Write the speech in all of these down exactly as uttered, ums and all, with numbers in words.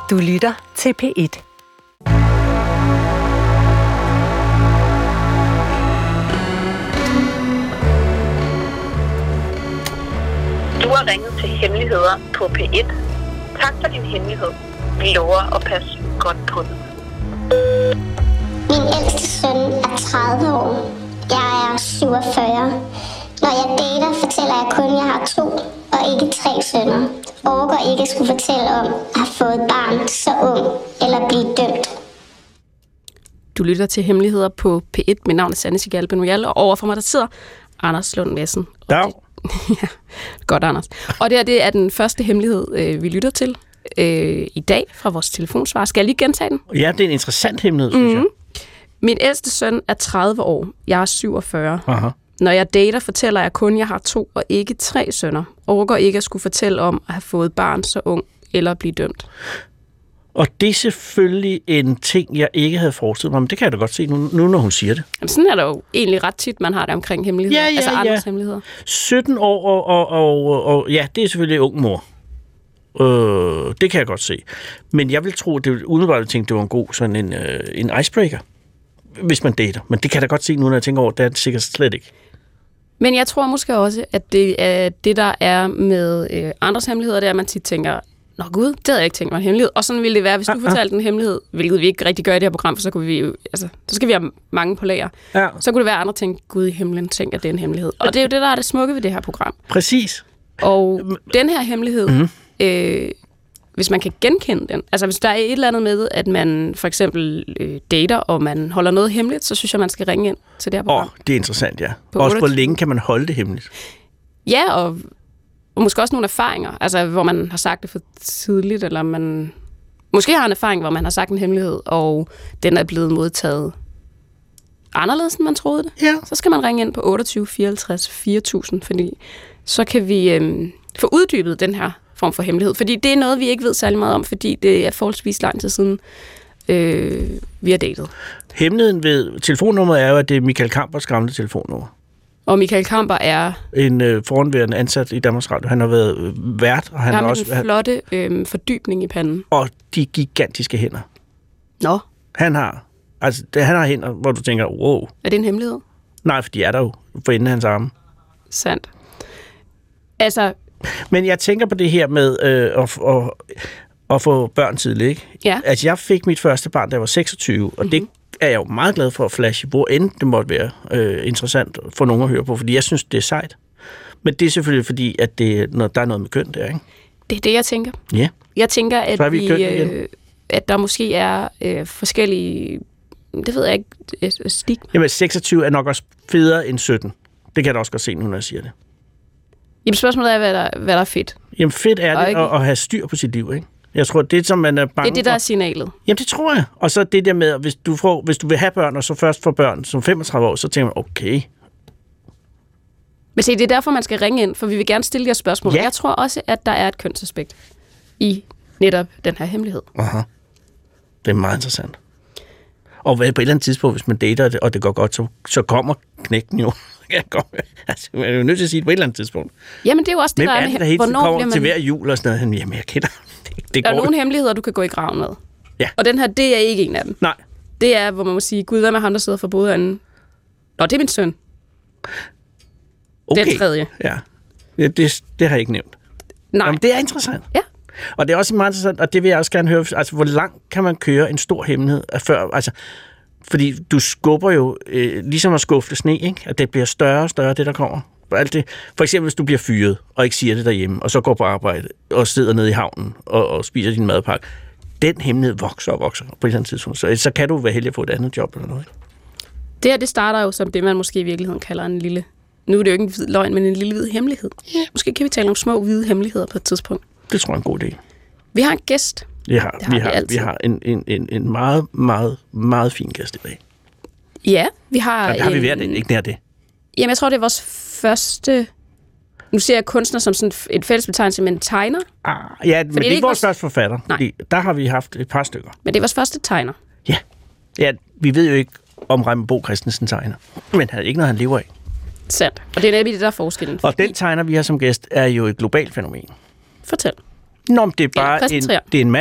Du lytter til P et. Du har ringet til Hemmeligheder på P et. Tak for din hemmelighed. Vi lover at passe godt på den. Min ældste søn er tredive år. Jeg er syvogfyrre. Når jeg dater, fortæller jeg kun, at jeg har to og ikke tre sønner. Orker ikke at skulle fortælle om at have fået et barn så ung eller blive dømt. Du lytter til Hemmeligheder på P et. Mit navn er Sanne Sigal Benoyal, og overfor mig der sidder Anders Lund Madsen. Dag. Ja, godt, Anders. Og det her, det er den første hemmelighed, øh, vi lytter til øh, i dag fra vores telefonsvar. Skal jeg lige gentage den? Ja, det er en interessant hemmelighed, synes mm-hmm. jeg. Min ældste søn er tredive år. Jeg er syvogfyrre. Aha. Når jeg dater, fortæller jeg kun, at jeg har to og ikke tre sønner. Orker ikke at skulle fortælle om at have fået barn så ung eller blive dømt. Og det er selvfølgelig en ting, jeg ikke havde forestillet mig, men det kan jeg da godt se nu, nu når hun siger det. Jamen, sådan er der jo egentlig ret tit, man har det omkring hemmeligheder. Ja, ja, altså andres ja. hemmeligheder. sytten år, og, og, og, og ja, det er selvfølgelig ung mor. Øh, det kan jeg godt se. Men jeg vil tro, at det umiddelbart tænkte, det var en god sådan en, øh, en icebreaker, hvis man dater. Men det kan jeg da godt se nu, når jeg tænker over, det er det sikkert slet ikke. Men jeg tror måske også, at det er det, der er med øh, andres hemmeligheder, det er, at man tit tænker, nå gud, det havde jeg ikke tænkt mig en hemmelighed. Og sådan ville det være, hvis du fortalte en hemmelighed, hvilket vi ikke rigtig gør i det her program, for så, kunne vi jo, altså, så skal vi have mange på lager. Ja. Så kunne det være, at andre tænkte, gud i himlen, tænker, at det er en hemmelighed. Og det er jo det, der er det smukke ved det her program. Præcis. Og den her hemmelighed, mm-hmm. øh, hvis man kan genkende den, altså hvis der er et eller andet med, at man for eksempel øh, dater, og man holder noget hemmeligt, så synes jeg, man skal ringe ind til det her program. Åh, oh, det er interessant, ja. På Også hvor otteogtyve længe kan man holde det hemmeligt? Ja, og, og måske også nogle erfaringer, altså hvor man har sagt det for tidligt, eller man måske har en erfaring, hvor man har sagt en hemmelighed, og den er blevet modtaget anderledes, end man troede det. Ja. Så skal man ringe ind på otteogtyve fireoghalvtreds fire tusind, fordi så kan vi øh, få uddybet den her form for hemmelighed. Fordi det er noget, vi ikke ved særlig meget om, fordi det er forholdsvis lang tid siden, øh, vi har datet. Hemmeligheden ved telefonnummeret er jo, at det er Michael Kampers gamle telefonnummer. Og Michael Kamper er En øh, foranværende ansat i Danmarks Radio. Han har været øh, vært, og han har har også... en flotte øh, fordybning i panden. Og de gigantiske hænder. Nå. Han har... Altså, det, han har hænder, hvor du tænker, wow. Er det en hemmelighed? Nej, for de er der jo for enden af hans arme. Sandt. Altså... Men jeg tænker på det her med øh, at, at, at få børn tidligt, ikke? Ja. Altså, jeg fik mit første barn, da jeg var seksogtyve, og mm-hmm. det er jeg jo meget glad for at flashe, hvor end det måtte være øh, interessant for nogen at høre på, fordi jeg synes, det er sejt. Men det er selvfølgelig fordi, at det, når der er noget med køn der, ikke? Det er det, jeg tænker. Ja. Yeah. Jeg tænker, at, Så er vi vi, øh, at der måske er øh, forskellige... Det ved jeg ikke. Stigma. Jamen, seksogtyve er nok også federe end sytten. Det kan jeg da også godt se nu, når jeg siger det. Jamen, spørgsmålet er, hvad der, hvad der er fedt. Jamen, fedt er det ikke... at, at have styr på sit liv, ikke? Jeg tror, det som man er bange Det er det, der for... er signalet. Jamen, det tror jeg. Og så det der med, hvis du, får, hvis du vil have børn, og så først får børn som femogtredive år, så tænker man, okay. Men se, det er derfor, man skal ringe ind, for vi vil gerne stille jer spørgsmål. Ja. Jeg tror også, at der er et kønsaspekt i netop den her hemmelighed. Aha. Det er meget interessant. Og på et eller andet tidspunkt, hvis man dater det, og det går godt, så, så kommer knækken jo. Altså, man er jo nødt til at sige det på et eller andet tidspunkt. Jamen, det er jo også det, Hvem der er det, der hele tiden kommer man... til hver jul og sådan noget? Jamen, jeg kender. Det, det der er går nogle hemmeligheder, du kan gå i graven med. Ja. Og den her, det er ikke en af dem. Nej. Det er, hvor man må sige, gud, hvad med ham, der sidder for bordenden? Nå, det er min søn. Okay. Den tredje. Ja. ja det, det har jeg ikke nævnt. Nej. Jamen, det er interessant. Ja. Og det er også meget interessant, og det vil jeg også gerne høre, altså, hvor langt kan man køre en stor hemmelighed af før, altså, fordi du skubber jo, øh, ligesom at skuffe sne, ikke? At det bliver større og større, det der kommer. Alt det. For eksempel, hvis du bliver fyret, og ikke siger det derhjemme, og så går på arbejde, og sidder nede i havnen, og, og spiser din madpakke. Den hemmelighed vokser og vokser på et eller andet tidspunkt. Så, så kan du være heldig at få et andet job eller noget, ikke? Det her, det starter jo som det, man måske i virkeligheden kalder en lille... Nu er det jo ikke en hvid løgn, men en lille hvid hemmelighed. Yeah. Måske kan vi tale om små hvide hemmeligheder på et tidspunkt. Det tror jeg er en god idé. Vi har en gæst. Vi har, har vi vi har, altid. vi har en, en, en, en meget, meget, meget fin gæst i dag. Ja, vi har... Ja, det har vi en, været, ikke nær det. Jamen, jeg tror, det er vores første... Nu ser jeg kunstner som sådan et fællesbetegnelse, men tegner. Ah, ja, men det er ikke vores første forfatter. Nej. Fordi der har vi haft et par stykker. Men det er vores første tegner. Ja. Ja, vi ved jo ikke, om Reimer Bo Christensen tegner. Men han er ikke noget, han lever af. Sandt. Og det er nemlig det, der er forskellen. Og den tegner, vi har som gæst, er jo et globalt fænomen. Fortæl. Nå, men det er bare Ja, en, præsenter. det er en mand,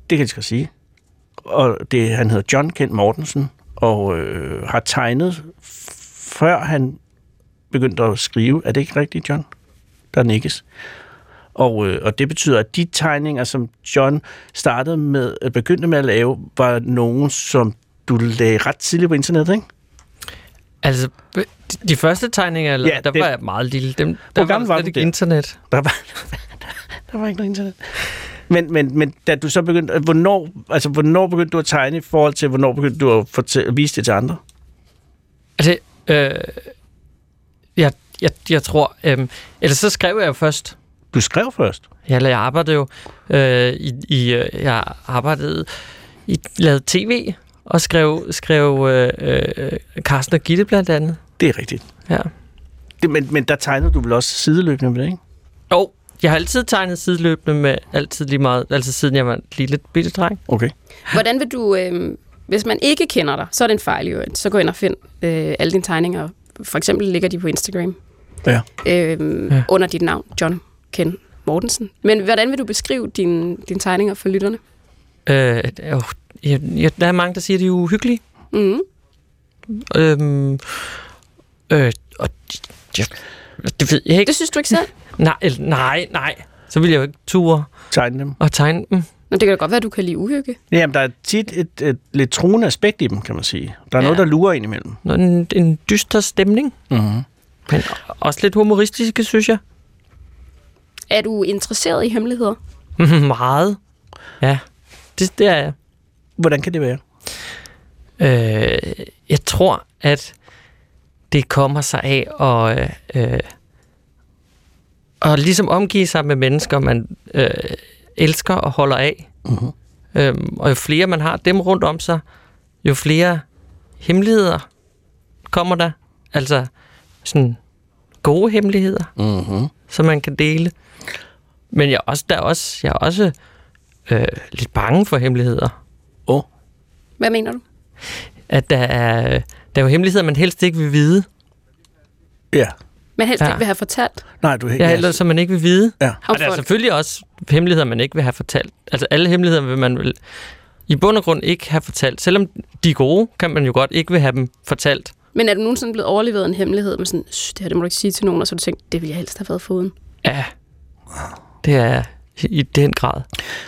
Det kan jeg skal sige. Og det, han hedder John Kent Mortensen, og øh, har tegnet, før han begyndte at skrive. Er det ikke rigtigt, John? Der nikkes. Og, øh, og det betyder, at de tegninger, som John startede med, begyndte med at lave, var nogen, som du lagde ret tidligt på internettet, ikke? Altså, de første tegninger, eller, ja, der det, var jeg meget lille. Dem, der var slet var ikke internet. Der var, der var ikke noget internet. Men, men, men da du så begyndte, hvornår, altså, hvornår begyndte du at tegne i forhold til, hvornår begyndte du at, fortælle, at vise det til andre? Altså, øh, jeg, jeg, jeg tror, øh, eller så skrev jeg jo først. Du skrev først? Ja, eller jeg arbejdede jo, øh, i, i, jeg arbejdede i, lavede tv, og skrev, skrev øh, øh, Carsten og Gitte blandt andet. Det er rigtigt. Ja. Det, men, men der tegnede du vel også sideløbende med det, ikke? Jo, oh, jeg har altid tegnet sideløbende med altid lige meget, altså siden jeg var en lille bitte dreng. Okay. Hvordan vil du, øh, hvis man ikke kender dig, så er det en fejl jo, så gå ind og find øh, alle dine tegninger. For eksempel ligger de på Instagram. Ja. Øh, ja. Under dit navn, John Kent Mortensen. Men hvordan vil du beskrive dine, dine tegninger for lytterne? Øh, øh, jeg, der er mange, der siger, at de er uhyggelige. Mm. Øhm, øh, og jeg, det ved jeg ikke. Det synes du ikke selv? nej, nej, nej. Så vil jeg jo ikke ture tegne dem. Og tegne dem. Nå, det kan da godt være, at du kan lide uhygge. Jamen, der er tit et, et, et lidt truende aspekt i dem, kan man sige. Der er ja. noget, der lurer ind imellem. En, en dyster stemning. Mm-hmm. Men også lidt humoristiske, synes jeg. Er du interesseret i hemmeligheder? Meget. Ja, det, det er jeg. Hvordan kan det være? Øh, jeg tror, at det kommer sig af at, øh, at ligesom omgive sig med mennesker, man øh, elsker og holder af. Mm-hmm. Øhm, og jo flere man har dem rundt om sig, jo flere hemmeligheder kommer der. Altså sådan gode hemmeligheder, mm-hmm. som man kan dele. Men jeg er også, der er også, jeg er også øh, lidt bange for hemmeligheder. Oh. Hvad mener du? At der er, der er jo hemmeligheder, man helst ikke vil vide. Ja. Man helst ja. ikke vil have fortalt. Nej, du ja, eller som man ikke vil vide. Ja. Og der er selvfølgelig også hemmeligheder, man ikke vil have fortalt. Altså alle hemmeligheder vil man vel i bund og grund ikke have fortalt. Selvom de er gode, kan man jo godt ikke vil have dem fortalt. Men er du nogensinde blevet overleveret en hemmelighed med sådan, det her det må du ikke sige til nogen, og så har du tænkt, det ville jeg helst have været foruden? Ja, det er i den grad.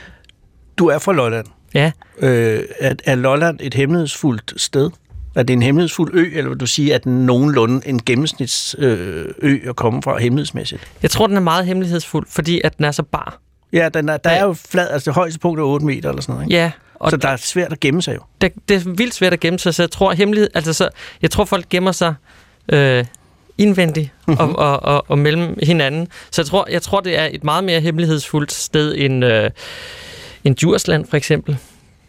Du er fra Lolland. Ja. Øh, er, er Lolland et hemmelighedsfuldt sted? Er det en hemmelighedsfuld ø, eller vil du sige, at den nogenlunde en gennemsnitsø øh, at komme fra hemmelighedsmæssigt? Jeg tror, den er meget hemmelighedsfuld, fordi at den er så bar. Ja, den er, der er jo flad, altså det højeste punkt er otte meter eller sådan noget, ikke? Ja. Og så der er svært at gemme sig jo. Det, det er vildt svært at gemme sig, så jeg tror, hemmelighed, altså så, jeg tror folk gemmer sig øh, indvendigt mm-hmm. og, og, og, og mellem hinanden. Så jeg tror, jeg tror, det er et meget mere hemmelighedsfuldt sted end, øh, end Djursland, for eksempel.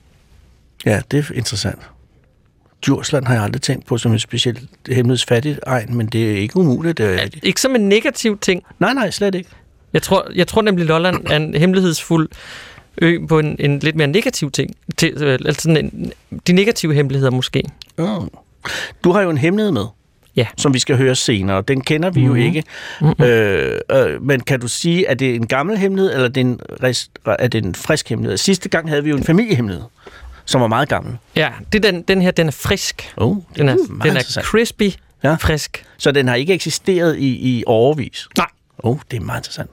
Ja, det er interessant. Djursland har jeg aldrig tænkt på som et specielt hemmelighedsfattigt egen, men det er ikke umuligt. Det er ja, ikke som en negativ ting. Nej, nej, slet ikke. Jeg tror, jeg tror nemlig, Lolland er en hemmelighedsfuld ø på en, en lidt mere negativ ting. Til, altså sådan en, de negative hemmeligheder måske. Oh. Du har jo en hemmelighed med, ja. som vi skal høre senere. Den kender vi mm-hmm. jo ikke. Mm-hmm. Øh, øh, men kan du sige, at det er en gammel hemmelighed, eller er det en, rest, er det en frisk hemmelighed? Sidste gang havde vi jo en familiehemmelighed, som var meget gammel. Ja, det den, den her, den er frisk. Oh, den er, uh, den er crispy, ja. Frisk. Så den har ikke eksisteret i, i årevis? Nej. Oh, det er meget interessant.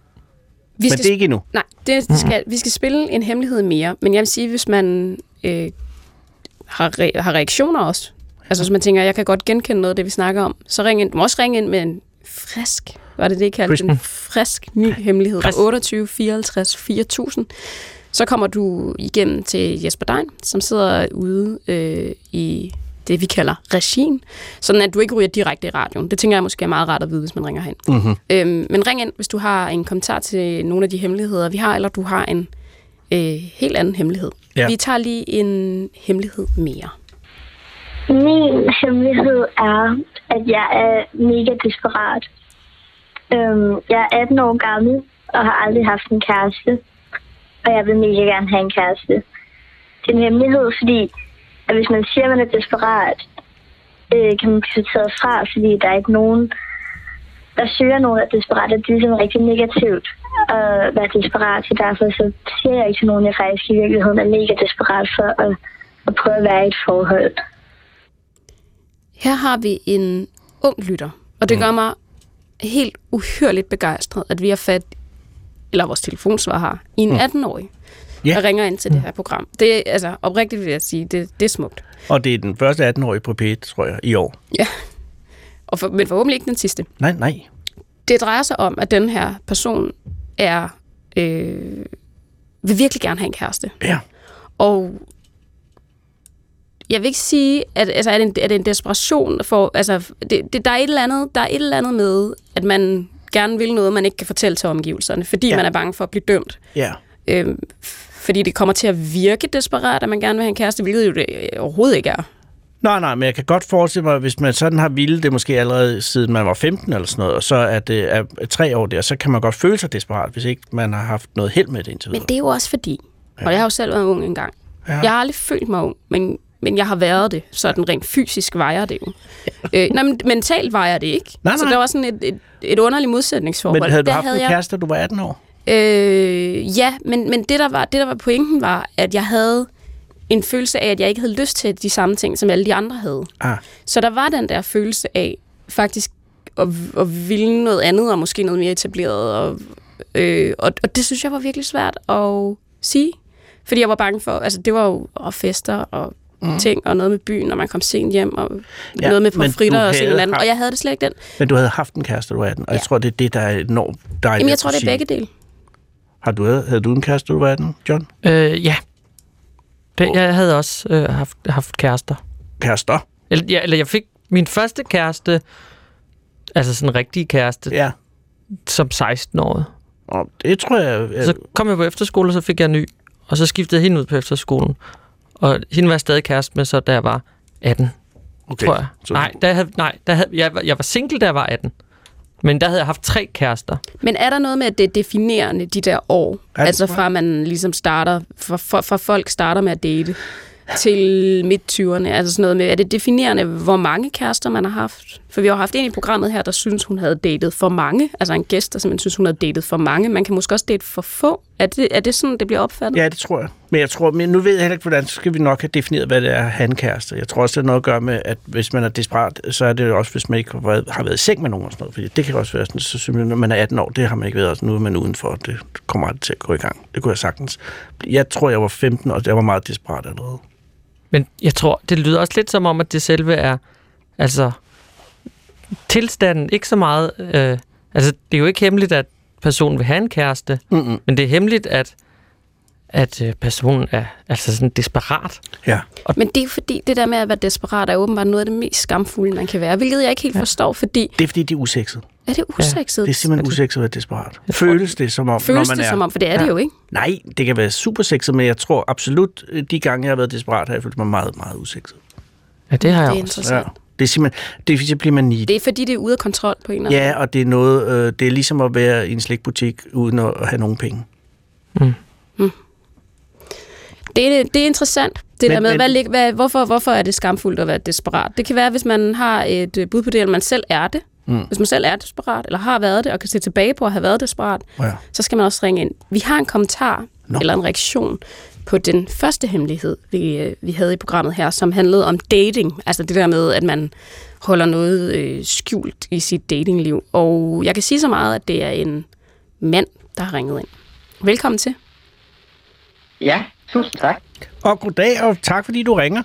Vi men det er ikke endnu? Nej, det skal, vi skal spille en hemmelighed mere. Men jeg vil sige, hvis man øh, har, re, har reaktioner også, altså hvis man tænker, jeg kan godt genkende noget af det, vi snakker om, så ring ind. Du må også ringe ind med en frisk, var det det, jeg kaldte en frisk ny hemmelighed. Frisk. otteogtyve fireoghalvtreds fire tusind. Så kommer du igennem til Jesper Dein, som sidder ude øh, i det, vi kalder regien, sådan at du ikke ryger direkte i radioen. Det tænker jeg måske er meget rart at vide, hvis man ringer hen. Mm-hmm. Øhm, men ring ind, hvis du har en kommentar til nogle af de hemmeligheder, vi har, eller du har en øh, helt anden hemmelighed. Ja. Vi tager lige en hemmelighed mere. Min hemmelighed er, at jeg er mega desperat. Øhm, jeg er atten år gammel og har aldrig haft en kæreste. Og jeg vil mega gerne have en kæreste. Det er en hemmelighed, fordi at hvis man siger, at man er desperat, øh, kan man blive sorteret fra, fordi der er ikke nogen, der søger nogen, der er desperat. Det er ligesom rigtig negativt. at være desperat, så derfor så siger jeg ikke til nogen, jeg faktisk i virkeligheden er mega desperat for at, at prøve at være i et forhold. Her har vi en ung lytter, og det gør mig helt uhyrligt begejstret, at vi har fat, eller vores telefonsvar har, i en atten-årig, Ja. der ringer ind til det her program. Det er, altså, oprigtigt vil jeg sige, det, det er smukt. Og det er den første atten-årige på P et, tror jeg, i år. Ja, og for, men forhåbentlig ikke den sidste. Nej, nej. Det drejer sig om, at den her person er øh, vil virkelig gerne have en kæreste. Ja. Og jeg vil ikke sige, at altså, er, det en, er det en desperation for... Altså, det, det, der, er et eller andet, der er et eller andet med, at man gerne vil noget, man ikke kan fortælle til omgivelserne, fordi ja. man er bange for at blive dømt. Ja. Øhm, fordi det kommer til at virke desperat, at man gerne vil have en kæreste, hvilket jo det overhovedet ikke er. Nej, nej, men jeg kan godt forestille mig, hvis man sådan har ville det måske allerede siden man var femten eller sådan noget, og så er det er tre år der, så kan man godt føle sig desperat, hvis ikke man har haft noget held med det indtil videre. Men det er jo også fordi, ja. og jeg har jo selv været ung engang, ja. jeg har aldrig følt mig ung, men, men jeg har været det, så den rent fysisk vejer det jo. øh, nej, men mentalt vejer det ikke. Nej, nej. Så der var sådan et, et, et underligt modsætningsforhold. Men havde du der haft havde en jeg... kæreste, da du var atten år? Øh, ja, men, men det, der var, det, der var pointen, var, at jeg havde en følelse af, at jeg ikke havde lyst til de samme ting, som alle de andre havde. Ah. Så der var den der følelse af faktisk at, at ville noget andet, og måske noget mere etableret. Og, øh, og, og det synes jeg var virkelig svært at sige. Fordi jeg var bange for, altså det var jo og fester og mm. ting, og noget med byen, når man kom sent hjem, og ja, noget med pomfritter og sådan noget. Og jeg havde det slet ikke den. Men du havde haft en kæreste, du var atten, og ja. jeg tror, det er det, der er enormt dejligt. Jamen jeg tror, det er begge dele. Har du, havde du en kæreste, du var atten, John? Øh, ja. Det, jeg havde også øh, haft, haft kærester. Kærester? Eller, ja, eller jeg fik min første kæreste, altså sådan en rigtig kæreste, ja. som seksten-årig. Og det tror jeg... jeg... Så kom jeg på efterskole, og så fik jeg en ny. Og så skiftede jeg hende ud på efterskolen. Og hende var jeg stadig kæreste med, så da jeg var atten, okay. tror jeg. Så... Nej, da jeg, havde, nej da havde, jeg, jeg var single, da jeg var atten. Men der havde jeg haft tre kærester. Men er der noget med, at det er definerende, de der år? Altså fra man ligesom starter, fra, fra, fra folk starter med at date til midt-tyverne. Altså sådan noget med, er det definerende, hvor mange kærester man har haft? For vi har haft en i programmet her, der synes, hun havde datet for mange. Altså en gæst, der simpelthen synes, hun havde datet for mange. Man kan måske også date for få. Er det, er det sådan, det bliver opfattet? Ja, det tror jeg. Men jeg tror, men nu ved jeg heller ikke, hvordan så skal vi nok have defineret, hvad det er at have en kæreste. Jeg tror også, det har noget at gøre med, at hvis man er desperat, så er det også, hvis man ikke har været, har været i seng med nogen og sådan noget. Fordi det kan også være sådan, så simpelthen, når man er atten år, det har man ikke været, og nu er man udenfor. Det kommer aldrig til at gå i gang. Det kunne jeg sagtens. Jeg tror, jeg var femten, og jeg var meget desperat allerede. Men jeg tror, det lyder også lidt som om, at det selve er, altså, tilstanden ikke så meget, øh, altså, det er jo ikke hemmeligt, at personen vil have en kæreste, Mm-mm. men det er hemmeligt, at, at øh, personen er altså sådan desperat. Ja. Og men det er fordi, det der med at være desperat er åbenbart noget af det mest skamfulde, man kan være, hvilket jeg ikke helt ja. forstår, fordi... Det er fordi, det er usekset. Er det usekset? Ja, det er simpelthen usekset at være desperat. Føles det som om, Føles når man det er... som om, for det er ja. det jo ikke? Nej, det kan være super sexet, men jeg tror absolut, de gange, jeg har været desperat, har jeg følt mig meget, meget usekset. Ja, det har jeg det er også. Interessant. Ja. Det er simpelthen, det er fordi, bliver man needy. Det er fordi, det er ude af kontrol på en eller anden. Ja, og det er noget, øh, det er ligesom at være i en slikbutik, uden at have nogen penge. Mm. Mm. Det, er, det er interessant, det men, der med, men, hvad, hvad, hvorfor, hvorfor er det skamfuldt at være desperat? Det kan være, hvis man har et bud på det, eller man selv er det. Mm. Hvis man selv er desperat, eller har været det, og kan se tilbage på at have været desperat, ja. så skal man også ringe ind. Vi har en kommentar, no. eller en reaktion, på den første hemmelighed, vi, vi havde i programmet her, som handlede om dating. Altså det der med, at man holder noget øh, skjult i sit datingliv. Og jeg kan sige så meget, at det er en mand, der har ringet ind. Velkommen til. Ja, tusind tak. Og goddag, og tak fordi du ringer.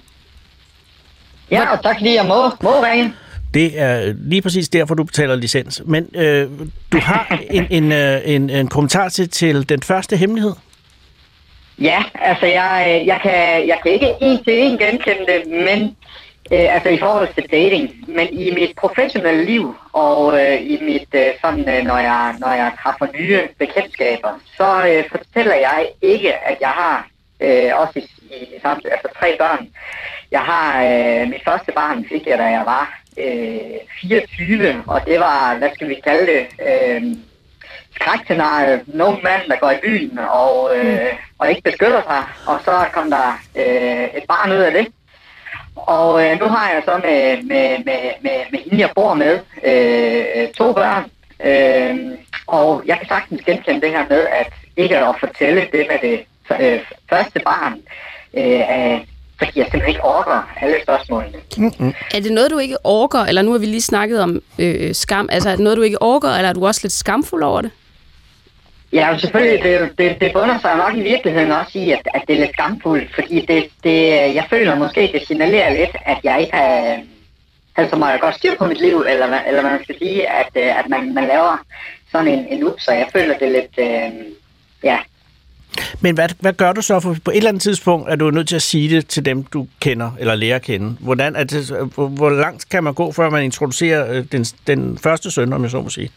Ja, og tak fordi jeg må, må ringe. Det er lige præcis derfor, du betaler licens. Men øh, du har en, en, en, en kommentar til, til den første hemmelighed? Ja, altså jeg, jeg, kan, jeg kan ikke en til en genkende det, men øh, altså i forhold til dating. Men i mit professionelle liv og øh, i mit øh, sådan, øh, når jeg når jeg træffer nye bekendtskaber, så øh, fortæller jeg ikke, at jeg har øh, også i, i samtidig, altså tre børn. Jeg har øh, mit første barn fik jeg, da jeg var øh, fireogtyve, og det var, hvad skal vi kalde det, øh, skrækscenarie. Nogle mand, der går i byen og, øh, og ikke beskytter sig, og så kom der øh, et barn ud af det. Og øh, nu har jeg så med, med, med, med, med hende, jeg bor med, øh, to børn. Øh, Og jeg kan sagtens genkende det her med, at ikke at fortælle det med det øh, første barn, øh, fordi jeg simpelthen ikke orker alle spørgsmålene. Mm-hmm. Er det noget, du ikke orker, eller nu har vi lige snakket om øh, skam, altså er det noget, du ikke orker, eller er du også lidt skamfuld over det? Ja, selvfølgelig, det, det, det bunder sig nok i virkeligheden også i, at, at det er lidt skamfuldt, fordi det, det, jeg føler måske, det signalerer lidt, at jeg ikke har, har så meget godt styr på mit liv, eller, eller hvad man skal sige, at, at man, man laver sådan en, en up, så jeg føler det lidt, øh, ja. Men hvad, hvad gør du så? For på et eller andet tidspunkt er du nødt til at sige det til dem, du kender, eller lærer at kende. Hvordan er det, hvor, hvor langt kan man gå, før man introducerer den, den første søn, om jeg så må sige?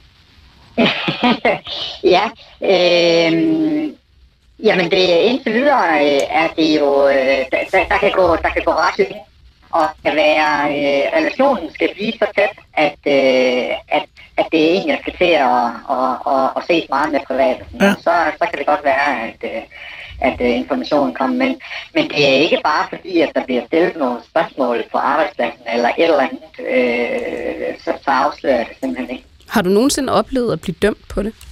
ja, øh, jamen det indtil videre øh, er det jo, øh, der, der, kan gå, der kan gå ret længe, og kan være, øh, relationen skal blive så tæt, at, øh, at, at det er en, jeg skal til at, at, at, at ses meget med privat. Ja. Så, så kan det godt være, at, at, at informationen kommer, men, men det er ikke bare fordi, at der bliver stillet nogle spørgsmål på arbejdspladsen, eller et eller andet, øh, så, så afslører det simpelthen ikke. Har du nogensinde oplevet at blive dømt på det?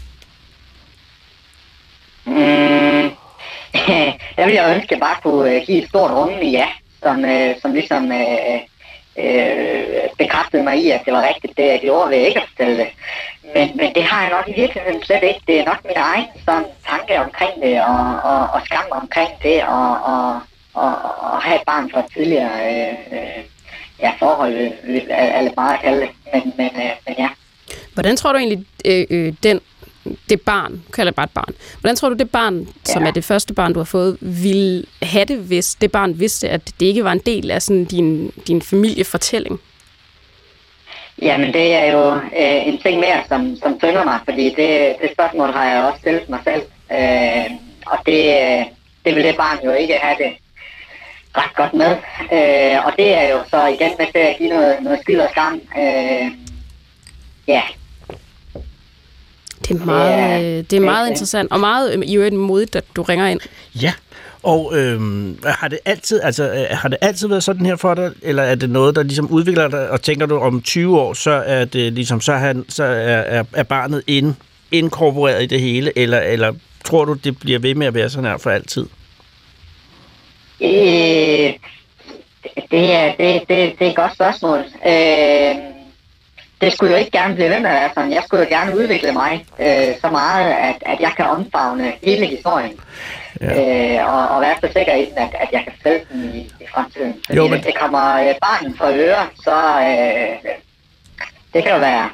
Mm, jeg vil jeg ønske, at jeg bare kunne give et stort rungende ja, som, øh, som ligesom øh, øh, bekræftede mig i, at det var rigtigt, det jeg gjorde ved ikke at fortælle det. Men, men det har jeg nok i virkeligheden slet ikke. Det er nok min egen sådan, tanke omkring det, og, og, og skam omkring det, og, og, og, og have et barn fra et tidligere øh, ja, forhold, er lidt meget at kalde det. Men, men, øh, men ja. Hvordan tror du egentlig, øh, øh, den, det barn, kalder jeg bare et barn, hvordan tror du, det barn, ja. som er det første barn, du har fået, ville have det, hvis det barn vidste, at det ikke var en del af sådan din, din familiefortælling? Jamen, det er jo øh, en ting mere, som, som tynger mig, fordi det, det spørgsmål har jeg også stillet mig selv. Øh, og det, det vil det barn jo ikke have det ret godt med. Øh, og det er jo så igen med til at give noget, noget skyld og skam. Øh, Ja. Det er meget, det er, det er meget interessant, og meget i øvrigt modigt, at du ringer ind. Ja, og øhm, har det altid, altså har det altid været sådan her for dig, eller er det noget, der ligesom udvikler dig, og tænker du om tyve år, så er det ligesom, så, han, så er, er barnet ind, inkorporeret i det hele, eller, eller tror du, det bliver ved med at være sådan her for altid? Øh, det, er, det, det, det er et godt spørgsmål. Øh, Det skulle jo ikke gerne blive ved med at være sådan. Jeg skulle jo gerne udvikle mig øh, så meget, at, at jeg kan omfavne hele historien. Ja. Øh, og, og være så sikker i den, at, at jeg kan følge den i, i fremtiden. Fordi jo, men... hvis det kommer øh, barnen for øre, så øh, det kan jo være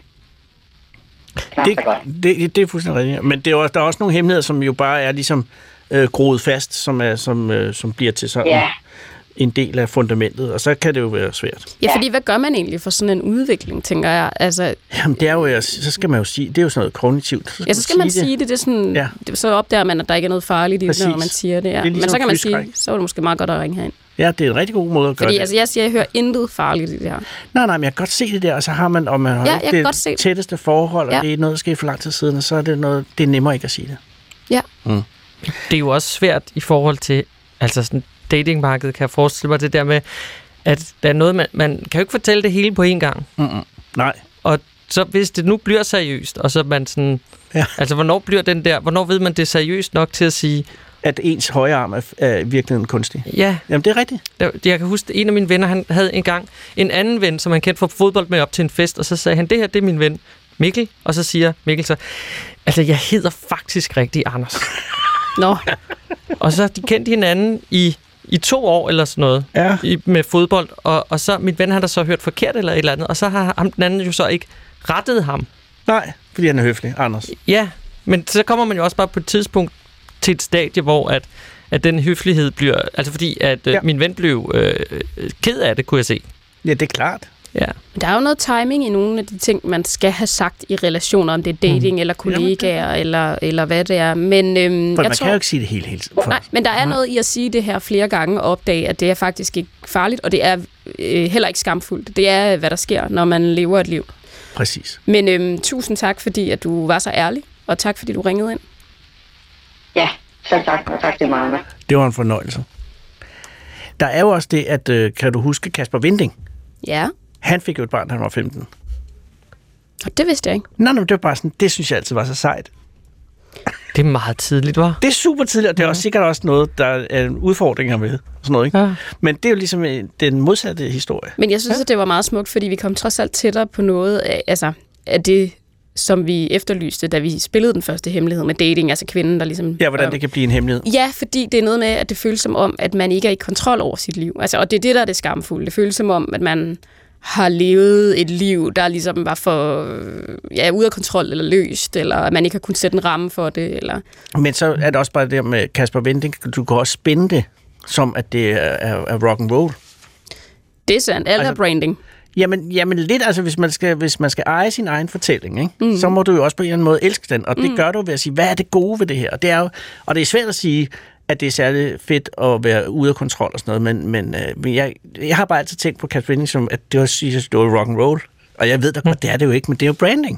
knap det, så godt. Det, det er fuldstændig rigtigt. Men det er også, der er også nogle hemmeligheder, som jo bare er ligesom øh, groet fast, som, er, som, øh, som bliver til sådan... Ja. en del af fundamentet, og så kan det jo være svært. Ja, fordi hvad gør man egentlig for sådan en udvikling, tænker jeg? Altså, Jamen, det er jo, så skal man jo sige, det er jo sådan noget kognitivt. Så ja, så skal man sige det, det, det er sådan, ja. det, så opdager man, at der ikke er noget farligt i det, når man siger det. Ja. det Men så kan man sige, flyskræk. så er det måske meget godt at ringe herind. Ja, det er en rigtig god måde at gøre fordi, det. altså, jeg siger, jeg hører intet farligt i det her. Nej, nej, men jeg kan godt se det der, og så har man, og man har ja, ikke det det tætteste forhold, og ja. det er noget, der sker for lang tid siden, og så er det noget, det er nemmere ikke at sige det. Ja. Mm. Det er jo også svært i forhold til, altså sådan, datingmarkedet, kan jeg forestille mig det der med, at der er noget, man, man kan jo ikke fortælle det hele på én gang. Mm-mm. Nej. Og så hvis det nu bliver seriøst, og så man sådan, ja. altså hvornår bliver den der, hvornår ved man det er seriøst nok til at sige, at ens højre arm er, er virkelig kunstig. Ja. Jamen, det er rigtigt. Jeg, jeg kan huske, en af mine venner, han havde engang en anden ven, som han kendte fra fodbold med op til en fest, og så sagde han, det her, det er min ven Mikkel, og så siger Mikkel så, altså jeg hedder faktisk rigtig Anders. Nå. Og så de kendte hinanden i i to år eller sådan noget ja. i, med fodbold, og, og så min ven har der så hørt forkert eller et eller andet, og så har ham, den anden jo så ikke rettet ham. Nej, fordi han er høflig, Anders. Ja, men så kommer man jo også bare på et tidspunkt til et stadie, hvor at, at den høflighed bliver, altså fordi at ja. min ven blev øh, ked af det, kunne jeg se. Ja, det er klart. Ja. Der er jo noget timing i nogle af de ting, man skal have sagt i relationer, om det er dating mm. eller kollegaer, Jamen, eller, eller hvad det er. Men, øhm, For jeg man tror, kan jo ikke sige det hele, hele tiden. Nej, men der er noget i at sige det her flere gange og opdage, at det er faktisk ikke farligt, og det er øh, heller ikke skamfuldt. Det er, hvad der sker, når man lever et liv. Præcis. Men øhm, tusind tak, fordi at du var så ærlig, og tak, fordi du ringede ind. Ja, selv tak, og tak til mig. Det var en fornøjelse. Der er jo også det, at øh, kan du huske Kasper Winding? Ja. Han fik jo et barn, da han var femten. Og det vidste jeg ikke. Nej, nej, det var bare sådan, det synes jeg altid var så sejt. Det er meget tidligt, hva'? Det er super tidligt, og det er også sikkert også noget, der er en udfordring med. Sådan noget, ikke? Ja. Men det er jo ligesom den modsatte historie. Men jeg synes, ja. at det var meget smukt, fordi vi kom trods alt tættere på noget af, altså, af det, som vi efterlyste, da vi spillede den første hemmelighed med dating, altså kvinden, der ligesom... Ja, hvordan det kan blive en hemmelighed. Ja, fordi det er noget med, at det føles som om, at man ikke er i kontrol over sit liv. Altså, og det er det, der er det skamfulde. Det føles som om, at man har levet et liv, der ligesom var for ja, ude af kontrol eller løst, eller at man ikke har kunnet sætte en ramme for det. Eller... Men så er det også bare det med Kasper Winding, du kan også spænde det, som at det er, er, er rock and roll. Det er sandt. Alt altså, er branding. Jamen, jamen lidt, altså hvis man skal, hvis man skal eje sin egen fortælling, ikke? Mm. så må du jo også på en eller anden måde elske den, og det mm. gør du ved at sige, hvad er det gode ved det her? Og det er jo, og det er svært at sige, at det er særlig fedt at være ude af kontrol og sådan noget, men, men, øh, men jeg, jeg har bare altid tænkt på Kasper Winding som, at det var, det var rock and roll, og jeg ved da godt, mm. det er det jo ikke, men det er jo branding.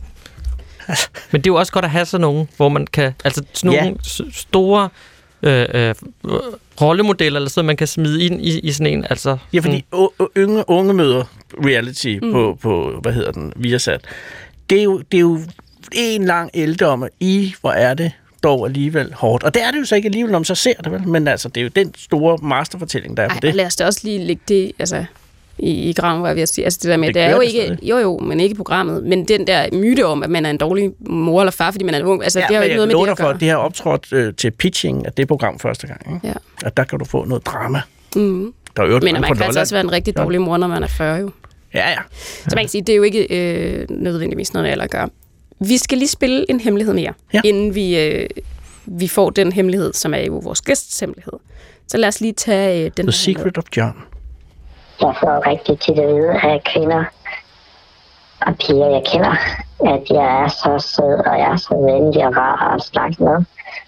Men det er jo også godt at have sådan nogen, hvor man kan, altså sådan nogle ja. store øh, øh, rollemodeller, eller sådan, man kan smide ind i, i sådan en, altså... Ja, fordi mm. unge, unge møder reality mm. på, på, hvad hedder den, Viasat, det er jo, det er jo en lang ældre i, hvor er det dog alligevel hårdt. Og det er det jo så ikke alligevel, når man så ser det, vel? Men altså, det er jo den store masterfortælling, der er på Ej, det. Lad os da også lige lægge det, altså... i, i graven, hvor jeg vil sige. Altså det der med, det, det er jo ikke, stadig. jo jo, men ikke programmet, men den der myte om, at man er en dårlig mor eller far, fordi man er en ung, altså ja, det har jo ikke noget med det at gøre. For, det har optrådt øh, til pitching af det program første gang, ikke? Ja. Og der kan du få noget drama. Mm. Der er jo men man kan altså også være en rigtig dårlig mor, når man er fyrre jo. Ja, ja. Så man kan sige, det er jo ikke øh, nødvendigvis noget, der gør. Vi skal lige spille en hemmelighed mere, ja. inden vi, øh, vi får den hemmelighed, som er jo vores gæsts hemmelighed. Så lad os lige tage øh, den The Secret of John. Jeg får rigtig tit at vide af kvinder og piger, jeg kender, at jeg er så sød, og jeg er så venlig og rar at snakke med.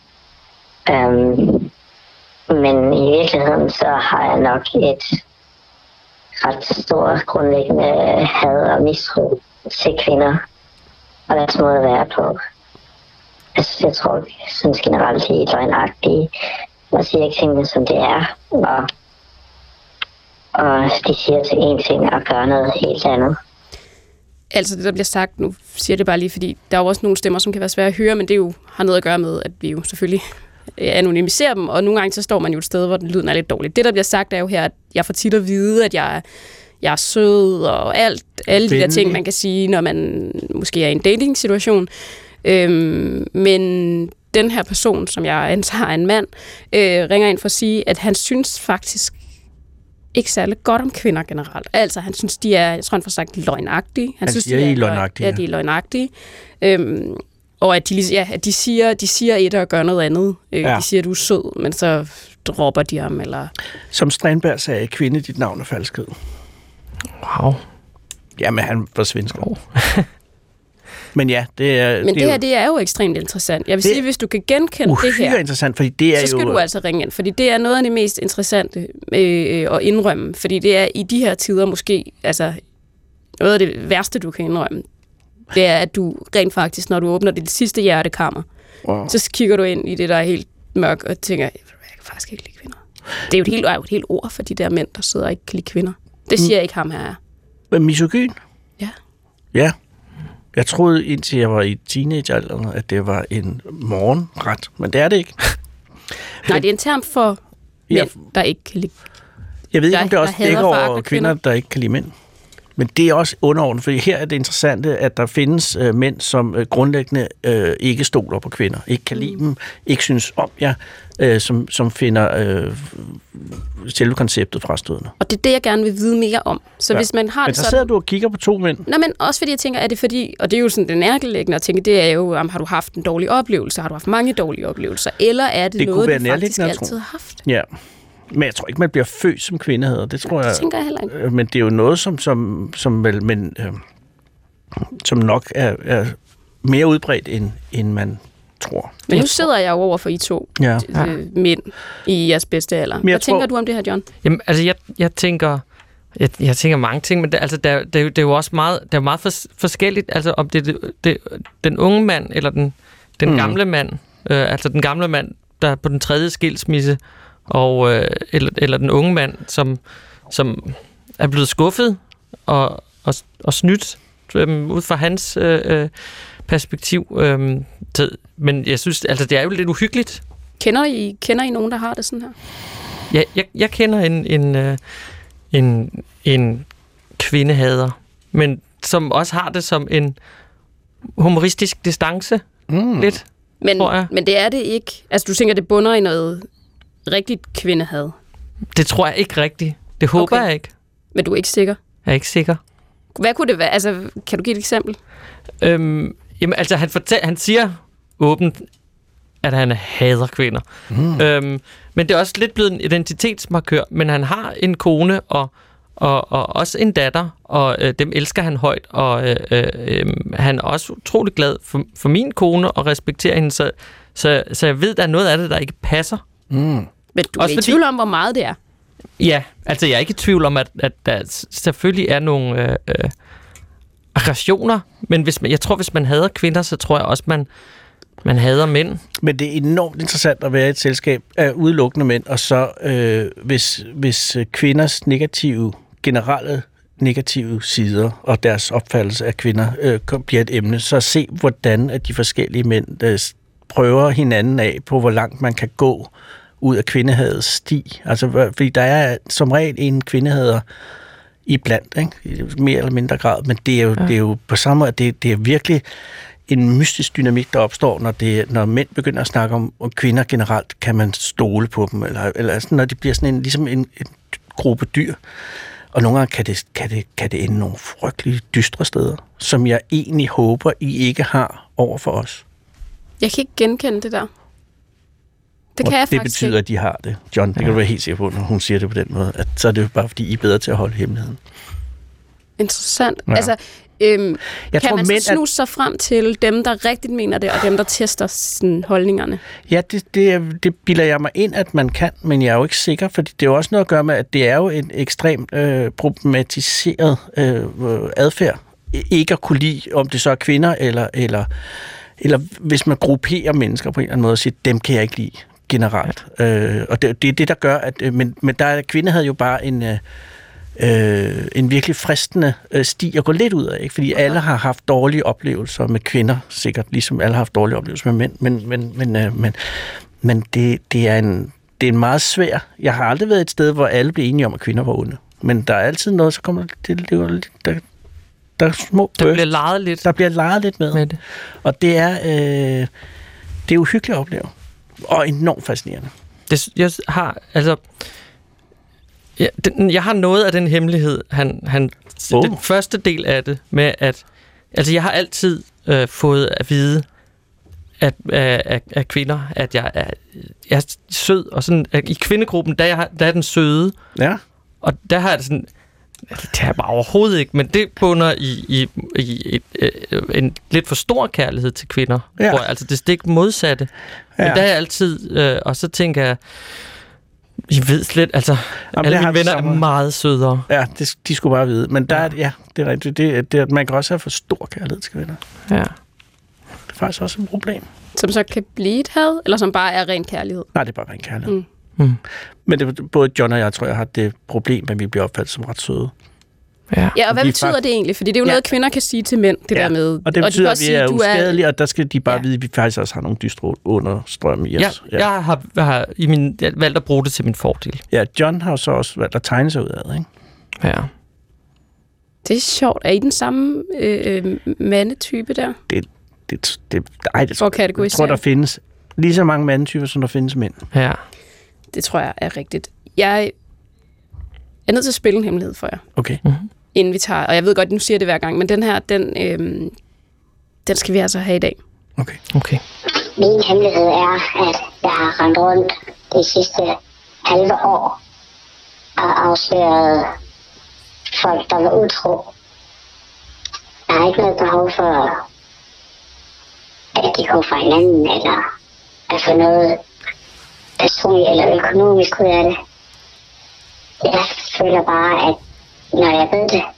Um, men i virkeligheden, så har jeg nok et ret stort grundlæggende had og mistro til kvinder og deres måde at være på. Altså, jeg tror, jeg synes generelt, de er løgnagtige og siger ikke tingene, som det er. Og Og de siger til en ting og gør noget helt andet. Altså det, der bliver sagt, nu siger det bare lige, fordi der er jo også nogle stemmer, som kan være svære at høre, men det jo har noget at gøre med, at vi jo selvfølgelig anonymiserer dem, og nogle gange så står man jo et sted, hvor den lyden er lidt dårlig. Det, der bliver sagt, er jo her, at jeg får tit at vide, at jeg, jeg er sød, og alt, alle de der ting, man kan sige, når man måske er i en dating-situation. Øhm, men den her person, som jeg antager er en mand, øh, ringer ind for at sige, at han synes faktisk ikke særlig godt om kvinder generelt. Altså, han synes, de er, jeg tror, han får sagt, løgnagtige. Han, han synes, siger, de er løgnagtige. Ja, de er løgnagtige. Øhm, og at de, ja, at de siger, de siger et og gør noget andet. Øh, ja. De siger, du er sød, men så dropper de ham, eller... Som Strandberg sagde, kvinde, dit navn er falskhed. Wow. Jamen, han var svensker. Oh. Men ja, det er... Men det, det er her, jo, det er jo ekstremt interessant. Jeg vil sige, hvis du kan genkende det her... interessant, fordi det er så skal jo... du altså ringe ind, fordi det er noget af det mest interessante øh, at indrømme. Fordi det er i de her tider måske... Altså, noget af det værste, du kan indrømme, det er, at du rent faktisk, når du åbner dit sidste hjertekammer, wow. så kigger du ind i det, der er helt mørkt, og tænker, jeg kan faktisk ikke lide kvinder. Det er jo et helt, er jo et helt ord for de der mænd, der sidder og ikke kan lide kvinder. Det siger mm. ikke ham her. Men misogyn? Ja. Ja. Jeg troede, indtil jeg var i teenagealderen, at det var en morgenret, men det er det ikke. Nej, det er en term for mænd, ja. der ikke kan lide... Jeg ved ikke, der, om det også dækker over kvinder, kvinder, der ikke kan lide mænd. Men det er også underordnet, for her er det interessante, at der findes øh, mænd, som øh, grundlæggende øh, ikke stoler på kvinder, ikke kan lide mm. dem, ikke synes om jer, øh, som, som finder øh, selve konceptet frastødende. Og det er det, jeg gerne vil vide mere om. Så ja. hvis man har men det så sådan... sidder du og kigger på to mænd. Nej, men også fordi jeg tænker, er det fordi, og det er jo sådan det nærliggende at tænke, det er jo, om har du haft en dårlig oplevelse, har du haft mange dårlige oplevelser, eller er det, det noget, du faktisk altid har haft? Ja. Men jeg tror ikke, man bliver født som kvinde hedder. Det tror jeg. Det tænker jeg heller ikke. Men det er jo noget, som, som, som, vel, men, øh, som nok er, er mere udbredt, end, end man tror. Men nu sidder jeg jo over for I to ja. øh, mænd i jeres bedste alder. Hvad tænker tror... du om det her, John? Jamen, altså, jeg, jeg tænker... Jeg, jeg tænker mange ting, men det, altså, der, det, det er jo også meget, det er meget fors, forskelligt, altså om det er det, det, den unge mand, eller den, den mm. gamle mand, øh, altså den gamle mand, der er på den tredje skilsmisse, og, øh, eller, eller den unge mand, som, som er blevet skuffet og, og, og snydt øhm, ud fra hans øh, øh, perspektiv. Øhm, så, men jeg synes, altså det er jo lidt uhyggeligt. Kender I, kender I nogen, der har det sådan her? Ja, jeg, jeg kender en, en, øh, en, en kvindehader, men som også har det som en humoristisk distance. Mm. Lidt, men, tror jeg. Men det er det ikke. Altså, du tænker, det bunder i noget rigtigt kvindehad? Det tror jeg ikke rigtigt. Det håber okay. jeg ikke. Men du er ikke sikker? Jeg er ikke sikker. Hvad kunne det være? Altså, kan du give et eksempel? Øhm, jamen, altså, han, fortæl, han siger åbent, at han hader kvinder. Mm. Øhm, men det er også lidt blevet en identitetsmarkør. Men han har en kone og, og, og også en datter, og øh, dem elsker han højt. Og øh, øh, han er også utrolig glad for, for min kone og respekterer hende. Så, så, så jeg ved, der er noget af det, der ikke passer. Mm. Men du også er i tvivl om, hvor meget det er? Ja, altså jeg er ikke i tvivl om, at, at der selvfølgelig er nogle øh, øh, aggressioner. Men hvis man, jeg tror, hvis man hader kvinder, så tror jeg også, man Man hader mænd. Men det er enormt interessant at være i et selskab af udelukkende mænd, og så øh, hvis, hvis kvinders negative, generelle negative sider og deres opfattelse af kvinder øh, bliver et emne, så se, hvordan at de forskellige mænd øh, prøver hinanden af på, hvor langt man kan gå ud af kvindehadets sti. Altså, fordi der er som regel en kvindehader i blandt, ikke? I mere eller mindre grad, men det er jo, ja. det er jo på samme måde, det, det er virkelig en mystisk dynamik, der opstår, når, det, når mænd begynder at snakke om, om kvinder generelt, kan man stole på dem, eller, eller altså, når de bliver sådan en, ligesom en, en gruppe dyr. Og nogle gange kan det, kan, det, kan det ende nogle frygtelige dystre steder, som jeg egentlig håber, I ikke har over for os. Jeg kan ikke genkende det der. Det kan og jeg det faktisk betyder, ikke. at de har det. John, det ja. kan du være helt sikker på, når hun siger det på den måde. At så er det jo bare, fordi I er bedre til at holde hemmeligheden. Interessant. Ja. Altså, øhm, jeg kan tror, man mænd, så snuse sig frem til dem, der rigtigt mener det, og dem, der tester sådan, holdningerne? Ja, det, det, det bilder jeg mig ind, at man kan, men jeg er jo ikke sikker, fordi det er jo også noget at gøre med, at det er jo en ekstremt øh, problematiseret øh, adfærd. Ikke at kunne lide, om det så er kvinder, eller, eller, eller hvis man grupperer mennesker på en eller anden måde og siger, dem kan jeg ikke lide generelt. Øh, og det, det er det, der gør, at... Øh, men, men der er, kvinde havde jo bare en... Øh, Øh, en virkelig fristende øh, sti at gå lidt ud af, ikke? Fordi okay. alle har haft dårlige oplevelser med kvinder, sikkert, ligesom alle har haft dårlige oplevelser med mænd, men, men, men, øh, men, men det, det, er en, det er en meget svær... Jeg har aldrig været et sted, hvor alle bliver enige om, at kvinder var onde. Men der er altid noget, så kommer det, det, det der, der er små der burst. bliver leget lidt. Der bliver leget lidt med. med det. Og det er, øh, det er uhyggeligt at opleve. Og enormt fascinerende. Det, jeg har, altså... Ja, den, jeg har noget af den hemmelighed, han, han oh. den første del af det, med at, altså jeg har altid øh, fået at vide, at, af, af, af kvinder, at jeg er, jeg er sød, og sådan, at i kvindegruppen, der er, der er den søde, ja. Og der har jeg det sådan, det har jeg bare overhovedet ikke, men det bunder i, i, i et, øh, en lidt for stor kærlighed til kvinder, ja. Hvor, altså det stik modsatte, ja. Men der er jeg altid, øh, og så tænker jeg, I ved slet, altså, jamen, alle mine venner er meget sødere. Ja, det, de skulle bare vide. Men der er, ja, det er rigtigt. Det, det, man kan også have for stor kærlighed til kvinder. Ja. Det er faktisk også et problem. Som så kan blive et had, eller som bare er ren kærlighed? Nej, det er bare ren kærlighed. Mm. Mm. Men det, både John og jeg, tror jeg, har det problem, at vi bliver opfattet som ret søde. Ja, ja og hvad og betyder faktisk... det egentlig? Fordi det er jo ja. noget, kvinder kan sige til mænd, det ja. der med... Og det betyder, og de at vi er uskadelige, er... og der skal de bare ja. vide, at vi faktisk også har nogle dystre understrøm i os. Ja, ja. Jeg har, jeg har i min, jeg valgt at bruge det til min fordel. Ja, John har så også valgt at tegne sig ud af det, ikke? Ja. Det er sjovt. Er I den samme øh, mandetype der? Det, det, det, ej, det tror, jeg tror, der findes lige så mange mandetyper, som der findes mænd. Ja. Det tror jeg er rigtigt. Jeg er nødt til at spille en hemmelighed for jer. Okay. Mm-hmm. Inden vi tager, og jeg ved godt, nu siger jeg det hver gang, men den her, den, øhm, den skal vi altså have i dag. Okay. Okay. Min hemmelighed er, at jeg har rendt rundt de sidste halve år og afsløret folk, der var utro. Der er ikke noget behov for, at de går fra hinanden, eller at få noget personligt eller økonomisk ud af det. Jeg føler bare, at når jeg ved det,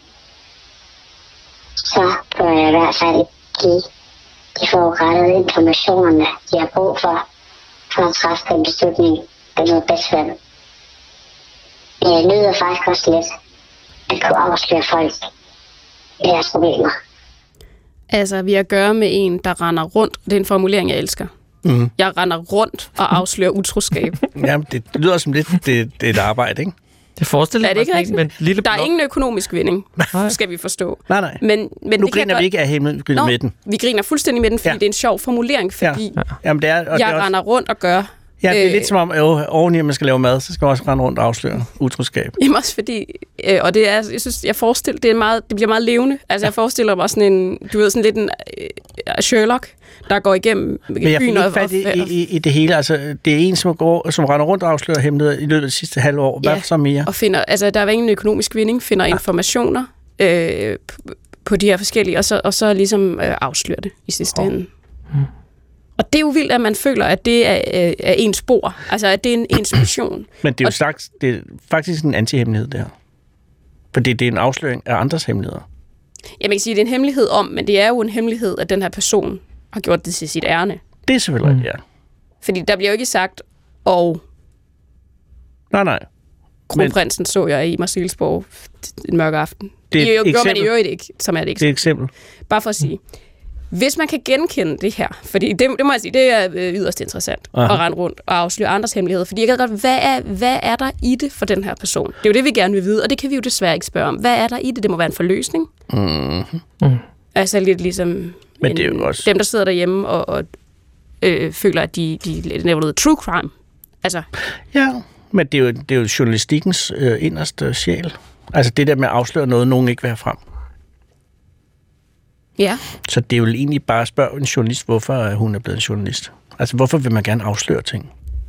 så bør jeg i hvert fald give de forurettede informationerne, de har brug for, for at træffe den beslutning, der er bedst for dem. Men jeg nyder faktisk også lidt at kunne afsløre folk i deres problemer. Altså, vi har at gøre med en, der render rundt. Det er en formulering, jeg elsker. Mm. Jeg render rundt og afslører utroskab. Jamen, det lyder som lidt det, det er et arbejde, ikke? Det forestiller Er det ikke rigtigt? med en lille Der er blok. ingen økonomisk vinding, skal vi forstå. Nej, nej. Men, men Nu det griner kan vi ikke af himlen, vi griner Nå, med den. vi griner fuldstændig med den, fordi Ja. ja. det er en sjov formulering, fordi Ja. Jamen, det er, og jeg det er også, render rundt og gør. ja, det er øh, lidt som om, jo, oveni at man skal lave mad, så skal man også rende rundt og afsløre utroskab. Jamen også fordi, øh, og det er, jeg synes, jeg forestiller, det, er meget, det bliver meget levende. Altså, jeg forestiller mig sådan en, du ved, sådan lidt en øh, Sherlock, der går igennem Men jeg fik byen ikke og, fat i, og, i, i det hele. Altså, det er en, som, går, som render rundt og afslører hemmeligheder i løbet af de sidste halve år. Hvad Ja. så mere? og finder, altså, der er ingen økonomisk vinding, finder ja. informationer øh, på, på de her forskellige, og så, og så ligesom øh, afslører det i sidste oh. ende. Hmm. Og det er jo vildt, at man føler, at det er, øh, er ens spor. Altså, at det er en ens mission. Men det er jo og, sagt, det er faktisk en antihemmelighed, det her. Fordi det er en afsløring af andres hemmeligheder. jeg kan sige, at det er en hemmelighed om, men det er jo en hemmelighed, at den her person har gjort det til sit ærne. Det er selvfølgelig, mm. ja. Fordi der bliver jo ikke sagt, og Nej, nej. kronprinsen så jeg i Marselisborg en mørk aften. Det er Det et gjorde man eksempel. i øvrigt ikke, som er det Det er ikke. et eksempel. Bare for at sige, hvis man kan genkende det her, fordi det, det må jeg sige, det er øh, yderst interessant Aha. at rende rundt og afsløre andres hemmeligheder, fordi jeg kan godt, hvad er, hvad er der i det for den her person? Det er jo det, vi gerne vil vide, og det kan vi jo desværre ikke spørge om. Hvad er der i det? Det må være en forløsning. Mm-hmm. Mm. Altså lidt ligesom Men en, det er jo også- dem, der sidder derhjemme og, og øh, føler, at de, de laver noget true crime. Altså, Ja, men det er jo, det er jo journalistikkens øh, inderste sjæl. Altså det der med at afsløre noget, nogen ikke vil have frem. ja. Så det er jo egentlig bare at spørge en journalist, hvorfor hun er blevet en journalist. Altså hvorfor vil man gerne afsløre ting?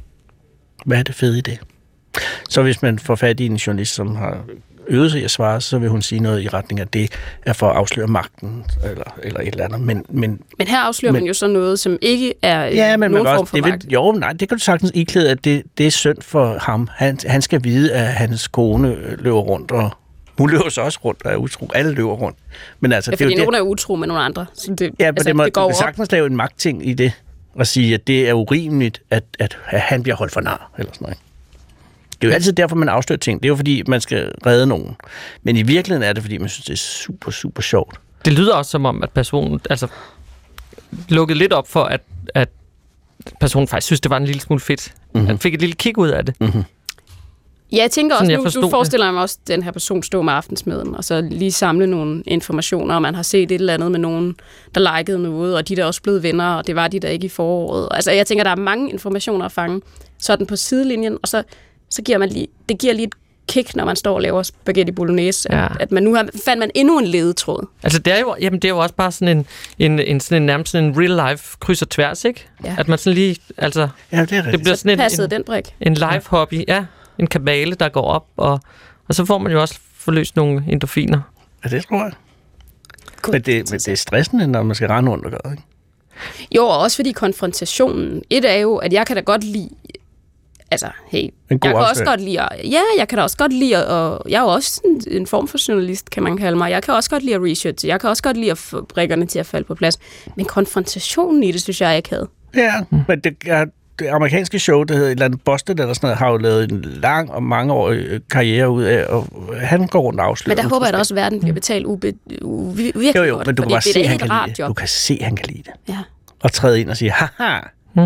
Hvad er det fede i det? Så hvis man får fat i en journalist, som har øvet sig i at svare, så vil hun sige noget i retning af, at det er for at afsløre magten, eller, eller et eller andet. Men, men, Men her afslører Men- man jo så noget, som ikke er øh, ja, men man nogen kan form også, for det magt. vil, jo, nej, det kan du sagtens iklæde, at det, det er synd for ham. Han, han skal vide, at hans kone løber rundt, og hun løber så også rundt og er utro. Alle løber rundt. Men altså, Ja, det er fordi jo nogen det, er utro med nogle andre. Så det, ja, altså, det, må, det går du kan op. sagtens lave en magtting i det, og sige, at det er urimeligt, at, at, at han bliver holdt for nar, eller sådan noget. Det er jo altid derfor, man afslører ting. Det er jo fordi, man skal redde nogen. Men i virkeligheden er det, fordi man synes, det er super, super sjovt. Det lyder også som om, at personen altså, lukkede lidt op for, at, at personen faktisk synes, det var en lille smule fedt. Mm-hmm. Han fik et lille kig ud af det. Mm-hmm. Ja, jeg tænker Sådan, også, jeg nu, forstod du det. forestiller mig også, at den her person stå med aftensmaden, og så lige samle nogle informationer, og man har set et eller andet med nogen, der likede noget, og de der også blevet venner, og det var de der ikke i foråret. Altså, jeg tænker, der er mange informationer at fange, sådan på sidelinjen, og så, så giver man lige, det giver lige et kick, når man står og laver spaghetti bolognese, Ja. at, at man nu har, fandt man endnu en ledetråd. Altså, det er jo, jamen, det er jo også bare sådan en, en, en, sådan en nærmest sådan en real-life kryds og tværs, ikke? Ja. At man sådan lige, altså, Ja, det er det rigtigt. bliver sådan en, Passede en, den brik. en live-hobby, ja. En kabale, der går op, og, og så får man jo også forløst nogle endorfiner. Ja, det tror jeg. Men det, men det er stressende, når man skal rende rundt og gøre, ikke? Jo, og også fordi konfrontationen. Et er jo, at jeg kan da godt lide... Altså, hey, En jeg god kan også afsløring. godt lide... at- Ja, jeg kan da også godt lide... at- Og jeg er jo også en, en form for journalist, kan man kalde mig. Jeg kan også godt lide at research. Jeg kan også godt lide at få brikkerne til at falde på plads. Men konfrontationen i det, synes jeg ikke havde. Ja, men det, er, det amerikanske show, der hedder et eller andet Boston, eller sådan noget, har jo lavet en lang og mangeårig karriere ud af, og han går rundt og afslører. Men der håber jeg da også, at verden bliver betalt ube, u, virkelig Jo, jo, godt, men du kan fordi bare det er se, da at han ikke et kan rart lide det. job. Du kan se, at han kan lide det. Ja. Og træde ind og sige, haha.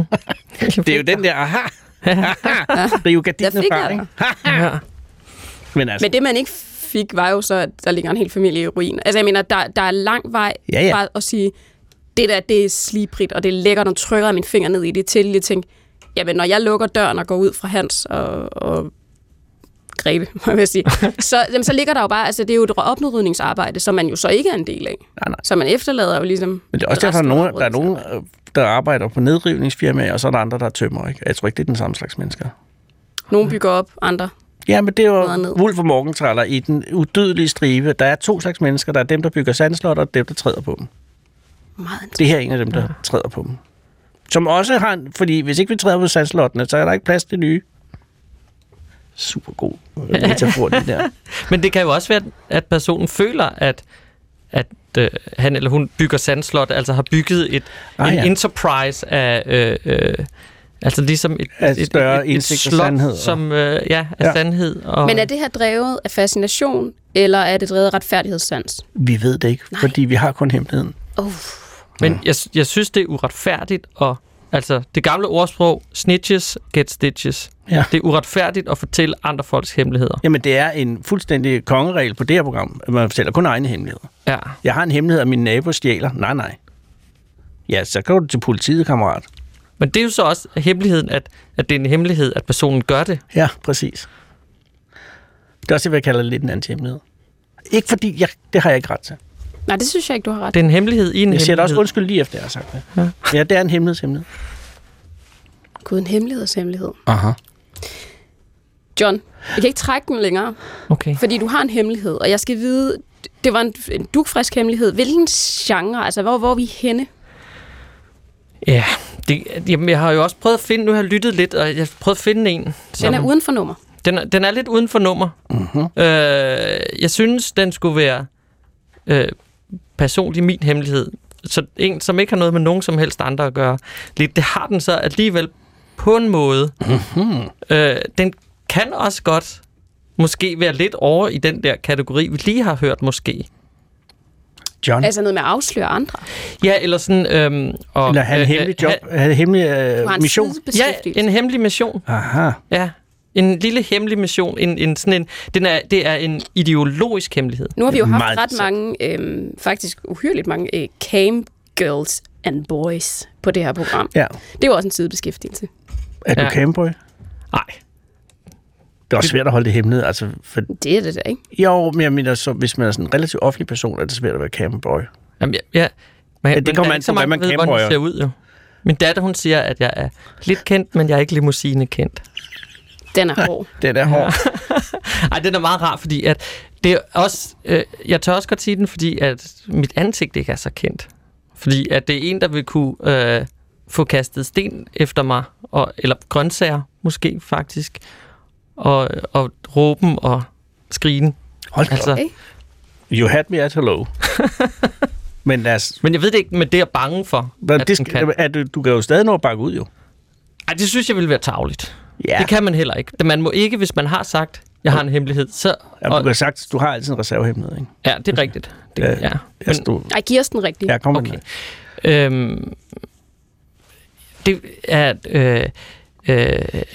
Det er jo den der, aha. Det er jo Der gardinet fik fra, jeg ikke? Ja. Men altså, Men det, man ikke fik, var jo så, at der ligger en hel familie i ruin. Altså, jeg mener, der, der er lang vej Ja, ja. fra at sige, det der, det er slibrigt, og det er lækkert, og trykker min finger ned i det, til lige at tænke, jamen, når jeg lukker døren og går ud fra Hans og, og Grebe, må jeg sige, så, jamen, så ligger der jo bare, altså, det er jo et oprydningsarbejde, som man jo så ikke er en del af. nej, nej. Så man efterlader jo ligesom... Men det er også et derfor, at resten nogen, af der er nogen, oprydningsarbejde. øh, der arbejder på nedrivningsfirmaer, og så er der andre, der er tømmer, ikke? Jeg tror ikke, det er den samme slags mennesker. Nogle bygger op, andre. Ja, men det er Noget ned. jo Wolf og Morgenthaler i den udødelige stribe. Der er to slags mennesker. Der er dem, der bygger sandslotter, og dem, der træder på dem. Meget interessant. Det her er en af dem, der ja. træder på dem. Som også har en, fordi hvis ikke vi træder på sandslottene, så er der ikke plads til nye. Super god metafor, det der. Men det kan jo også være, at personen føler, at, at øh, han eller hun bygger sandslot, altså har bygget et, Ah, en ja. enterprise af... Øh, øh, altså ligesom et, Af et, større et, et, et indsigt og slot, sandhed, og- som, øh, ja, af Ja. sandhed. Og, Men er det her drevet af fascination, eller er det drevet af retfærdighedssans? Vi ved det ikke, Nej. fordi vi har kun hemmeligheden. Uh. Men jeg, jeg synes, det er uretfærdigt, og altså det gamle ordsprog, snitches get stitches. Ja. Det er uretfærdigt at fortælle andre folks hemmeligheder. Jamen, det er en fuldstændig kongeregel på det her program, at man fortæller kun egne hemmeligheder. Ja. Jeg har en hemmelighed, at min nabo stjæler. Nej, nej. Ja, så går du til politiet, kammerat. Men det er jo så også hemmeligheden, at, at det er en hemmelighed, at personen gør det. Ja, præcis. Det er også, hvad jeg kalder lidt en antihemmelighed. Ikke fordi, jeg, det har jeg ikke ret til. Nej, det synes jeg ikke, du har ret. Det er en hemmelighed i en Jeg siger hemmelighed. da også undskyld lige efter, jeg har sagt det. Ja. Ja, det er en hemmelighedshemmelighed. Gud, en hemmelighedshemmelighed. Aha. John, jeg kan ikke trække den længere, Okay. fordi du har en hemmelighed, og jeg skal vide, det var en, en dugfrisk hemmelighed. Hvilken genre, altså hvor, hvor er vi henne? Ja, det, jamen, jeg har jo også prøvet at finde, nu har jeg lyttet lidt, og jeg har prøvet at finde en. Som, Den er uden for nummer. Den er, den er lidt uden for nummer. Mm-hmm. Øh, jeg synes, den skulle være øh, personlig min hemmelighed. Så en, som ikke har noget med nogen som helst andre at gøre. Lidt, det har den så alligevel på en måde. Mm-hmm. Øh, den kan også godt måske være lidt over i den der kategori, vi lige har hørt måske. John. Altså noget med at afsløre andre. Ja, eller sådan... Øhm, og, Eller have en hemmelig job, have en hemmelig Du har øh, en mission. Ja, sidebeskæftigelse. en hemmelig mission. Aha. Ja, en lille hemmelig mission. En, en, sådan en, den er, det er en ideologisk hemmelighed. Nu har vi jo haft Meget ret sant. mange, øhm, faktisk uhyrligt mange, øh, cam girls and boys på det her program. Ja. Det er jo også en sidebeskæftigelse. Er du Ja. camboy? Nej. Det er også svært at holde det hemmeligt. Altså, for, Det er det da, ikke? jo, men jeg mener, så, hvis man er sådan en relativt offentlig person, er det svært at være camboy. Jamen, ja, ja. Men, Ja, det men kommer der er an ikke så på, hvad mange, man der ved, hvordan camboyer. det ser ud, jo. Min datter, hun siger, at jeg er lidt kendt, men jeg er ikke limousine kendt. Den er hård. Det er hård. Ej, den er meget rar, fordi at det er også... Øh, jeg tør også godt sige den, fordi at mit ansigt ikke er så kendt. Fordi at det er en, der vil kunne øh, få kastet sten efter mig, og, eller grøntsager måske faktisk, og, og råben og skrigen. Hold da Altså, op. Okay. You had me at hello. Men lad os... men jeg ved det ikke, men det er jeg bange for, Men at det den skal, kan. er du, du kan jo stadig nå at bakke ud, jo. Ej, det synes jeg ville være tarveligt. Ja. Det kan man heller ikke. Man må ikke, hvis man har sagt, jeg har en hemmelighed, så... Ja, du og, kan sagt, du har altid en reservehemmelighed, ikke? ja, det er rigtigt. Det, Ja, ja. Jeg stod... Ej, giv os den rigtige. Ja, kom Okay. med. Øhm, det er, øh, øh,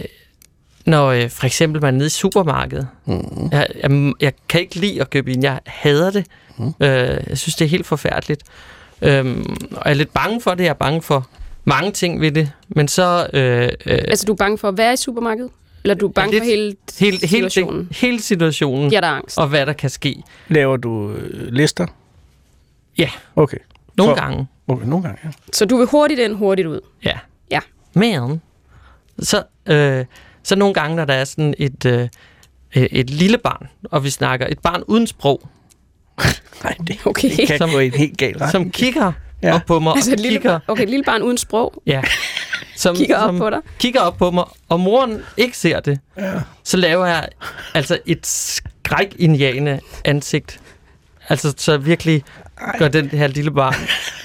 når øh, for eksempel man er nede i supermarkedet. Mm. Jeg, jeg, jeg kan ikke lide at købe ind. Jeg hader det. Mm. Øh, jeg synes, det er helt forfærdeligt. Øhm, og jeg er lidt bange for det. Jeg er bange for mange ting ved det. Men så... Øh, øh, Altså, du er bange for at være i supermarkedet? Eller du er bange Ja, for lidt- hele hele, hele, situationen? det, hele situationen. Giver dig angst? Og hvad der kan ske. Laver du øh, lister? Ja, Okay. nogle For- gange. Okay, nogle gange, ja. Så du vil hurtigt ind, hurtigt ud? Ja. Ja. Men, så, øh, så nogle gange, når der er sådan et, øh, et lille barn, og vi snakker et barn uden sprog, Nej, det, Okay. det kan Som- gå i en helt gal retning. som kigger Ja. ja. op på mig, Altså og et lille, kigger, okay, et lille barn uden sprog ja, som, kigger op som på dig. kigger op på mig, og moren ikke ser det, Ja. så laver jeg altså et skrækindjagende ansigt. Altså, så virkelig gør den her lille barn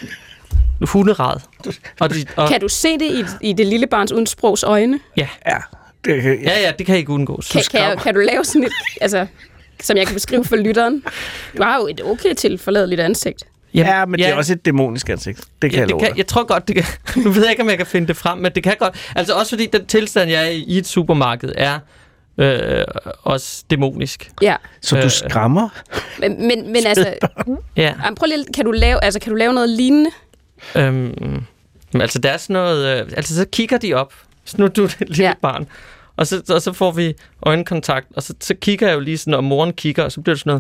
hunderad. Og de, og, Kan du se det i, i det lille barns uden sprogs øjne? ja. Ja. Det, ja. ja, ja, det kan ikke undgås. Kan, kan, jeg, kan du lave sådan et, altså, som jeg kan beskrive for lytteren? Du har jo et okay til forladeligt ansigt. Jamen, ja, men det er også et dæmonisk ansigt. Det kan Ja, jeg det love kan, dig. jeg tror godt, det kan... Nu ved jeg ikke, om jeg kan finde det frem, men det kan godt... Altså også fordi den tilstand, jeg er i i et supermarked, er øh, også dæmonisk. Ja, Så du øh, skræmmer? men, men, men altså, Ja. ej, prøv lige, kan du lave, altså, kan du lave noget lignende? Øhm, men altså, der er sådan noget... Øh, altså, så kigger de op. Så nu er du et lille Ja. ja. barn. Og så, og så får vi øjenkontakt, og så, så kigger jeg jo lige sådan, og moren kigger, og så bliver det sådan noget...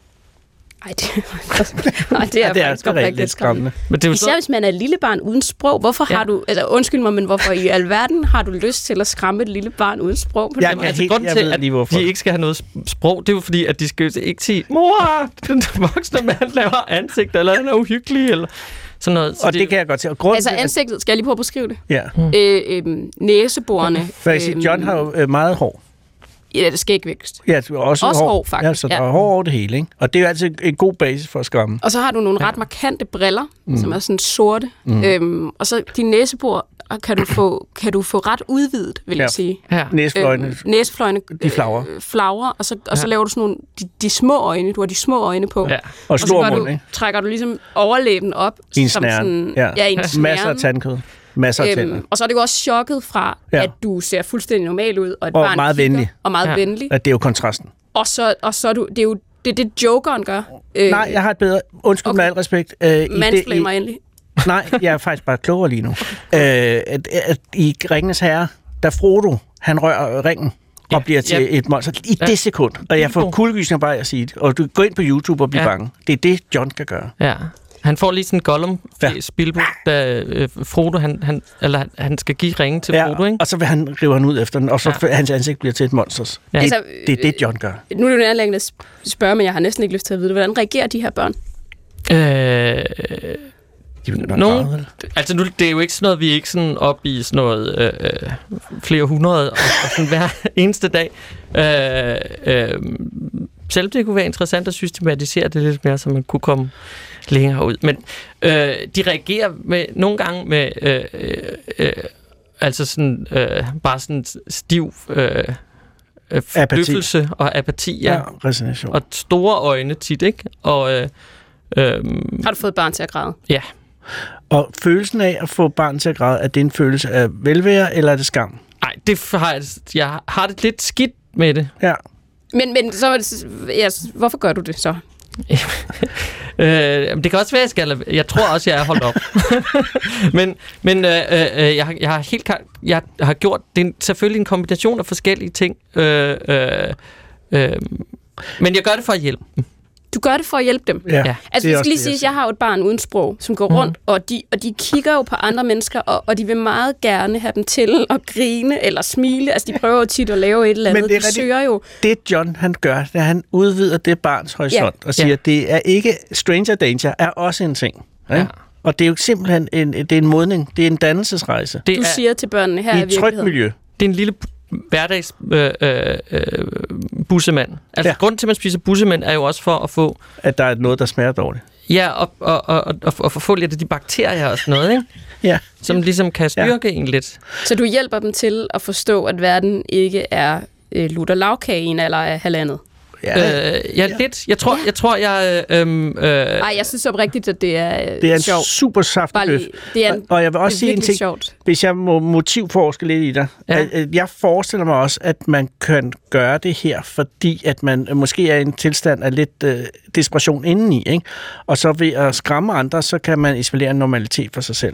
Ej, det, nej, det er, Ja, det er, faktisk det er oprigtigt rigtig lidt skræmmende. Men det er jo Især så, hvis man er et lille barn uden sprog. Hvorfor Ja. har du, altså undskyld mig, men hvorfor i alverden har du lyst til at skræmme et lille barn uden sprog på Jeg den måde? er altså, helt- grunden jeg til, ved at lige, hvorfor. de ikke skal have noget sp- sprog, det er jo fordi, at de skal jo ikke sige, mor, den voksne mand laver ansigt, eller han er uhyggelig, eller sådan noget. Så Og det kan jeg godt se. Og grunden Altså til, at- ansigtet, skal jeg lige prøve at beskrive det? Ja. Øh, øh, næseborene. For jeg siger, John har jo øh, meget hår. Ja, det er skægvækst. Ja, det er også, Også hår, hår, faktisk. Ja, så der Ja. er hår over det hele, ikke? Og det er jo altid en god basis for at skræmme. Og så har du nogle ret markante briller, mm. som er sådan sorte. Mm. Øhm, og så din næsebor kan du få, kan du få ret udvidet, vil Ja. jeg sige. Ja. Næsefløjene, Øhm, næsefløjene de flagrer. Øh, flagrer, og så, og så Ja. laver du sådan nogle, de, de små øjne, du har de små øjne på. Ja. og Og så stor gør mund, du, ikke? trækker du ligesom overlæben op. I en som snæren. sådan, Ja. ja, i en snæren. Masser af tandkød. Masser af tænder. Øhm, og så er det jo også chokket fra, Ja. ja. at du ser fuldstændig normal ud, og et Og barn meget kigger, venlig. Og meget Ja. ja. venlig. At det er jo kontrasten. Og så, og så er du, det er jo det, er det Jokeren gør. Øh, Nej, jeg har et bedre... Undskyld okay. med al respekt. Øh, i det- Mansplain i- mig endelig. Nej, jeg er faktisk bare klogere lige nu. Øh, at, at I Ringenes Herre, der Frodo, han rører ringen og Ja, bliver til ja. et monster i Ja. det sekund. Og jeg får Bilbo. kuldegysninger bare at sige det. Og du går ind på YouTube og bliver Ja. bange. Det er det, John kan gøre. Ja. Han får lige sådan en gollum Ja. Bilbo, da øh, Frodo, han, han, eller han, han skal give ringen til Frodo, ikke? og så vil han rive han ud efter den, og så Ja. ja. hans ansigt bliver til et monster. Ja. Det, Altså, det er det, John gør. Nu er det jo nærlæggende at spørge, men jeg har næsten ikke lyst til at vide det. Hvordan reagerer de her børn? Øh, De begynder at Nogen, græde, eller? altså nu, det er jo ikke sådan noget, vi er ikke sådan op i sådan noget øh, øh, flere hundrede og, og sådan hver eneste dag. Øh, øh, selv det kunne være interessant at systematisere det lidt mere, så man kunne komme længere ud. Men øh, de reagerer med, nogle gange med øh, øh, altså sådan øh, bare sådan stiv øh, øh, fordøffelse og apati, ja. Ja, resignation. Og store øjne tit, ikke? Og øh, øh, Har du fået barn til at græde? ja. Og følelsen af at få barn til at græde, er det en følelse af velvære, eller er det skam? Nej, det har jeg, jeg har det lidt skidt med det. Ja. Men, men så er det, ja, hvorfor gør du det så? øh, det kan også være, jeg skal lade- Jeg tror også, jeg er holdt op. men men øh, øh, jeg, har, jeg har helt klart, jeg har gjort det er selvfølgelig en kombination af forskellige ting. Øh, øh, øh, men jeg gør det for at hjælpe dem. Du gør det for at hjælpe dem. Ja, Ja. Altså, det er jeg også skal lige det, sige, jeg at jeg har jo et barn uden sprog, som går rundt, mm. og, de, og de kigger jo på andre mennesker, og, og de vil meget gerne have dem til at grine eller smile. Altså, de prøver jo tit at lave et eller andet. Men det er de rigtig- søger jo. Det John han gør, det er, at han udvider det barns horisont Ja. og siger, Ja. at det er ikke stranger danger, er også en ting. Ikke? Ja. Og det er jo simpelthen en, det er en modning, det er en dannelsesrejse. Det Du er, siger til børnene, her I er et trygt virkeligheden. miljø. det er en lille hverdags øh, øh, øh, bussemand. Altså, Ja. ja. grunden til, at man spiser bussemand, er jo også for at få At der er noget, der smager dårligt. ja, og, og, og, og, og få lidt af de bakterier og sådan noget, ikke? Ja. Som ligesom kan styrke ja. en lidt. Så du hjælper dem til at forstå, at verden ikke er øh, lutter lavkage i en alder af halvandet. Ja. Øh, ja, lidt. Jeg tror, jeg, tror, jeg øh, øh, Nej, jeg synes oprigtigt, at det er, øh, Det er en sjovt. super saftig Bare bøf. lige, det er, en, Og jeg vil også det er sige en virkelig ting, sjovt. hvis jeg må motivforske lidt i dig. Ja. Ja. Jeg forestiller mig også, at man kan gøre det her, fordi at man måske er i en tilstand af lidt øh, desperation indeni, ikke? Og så ved at skræmme andre, så kan man isolere en normalitet for sig selv.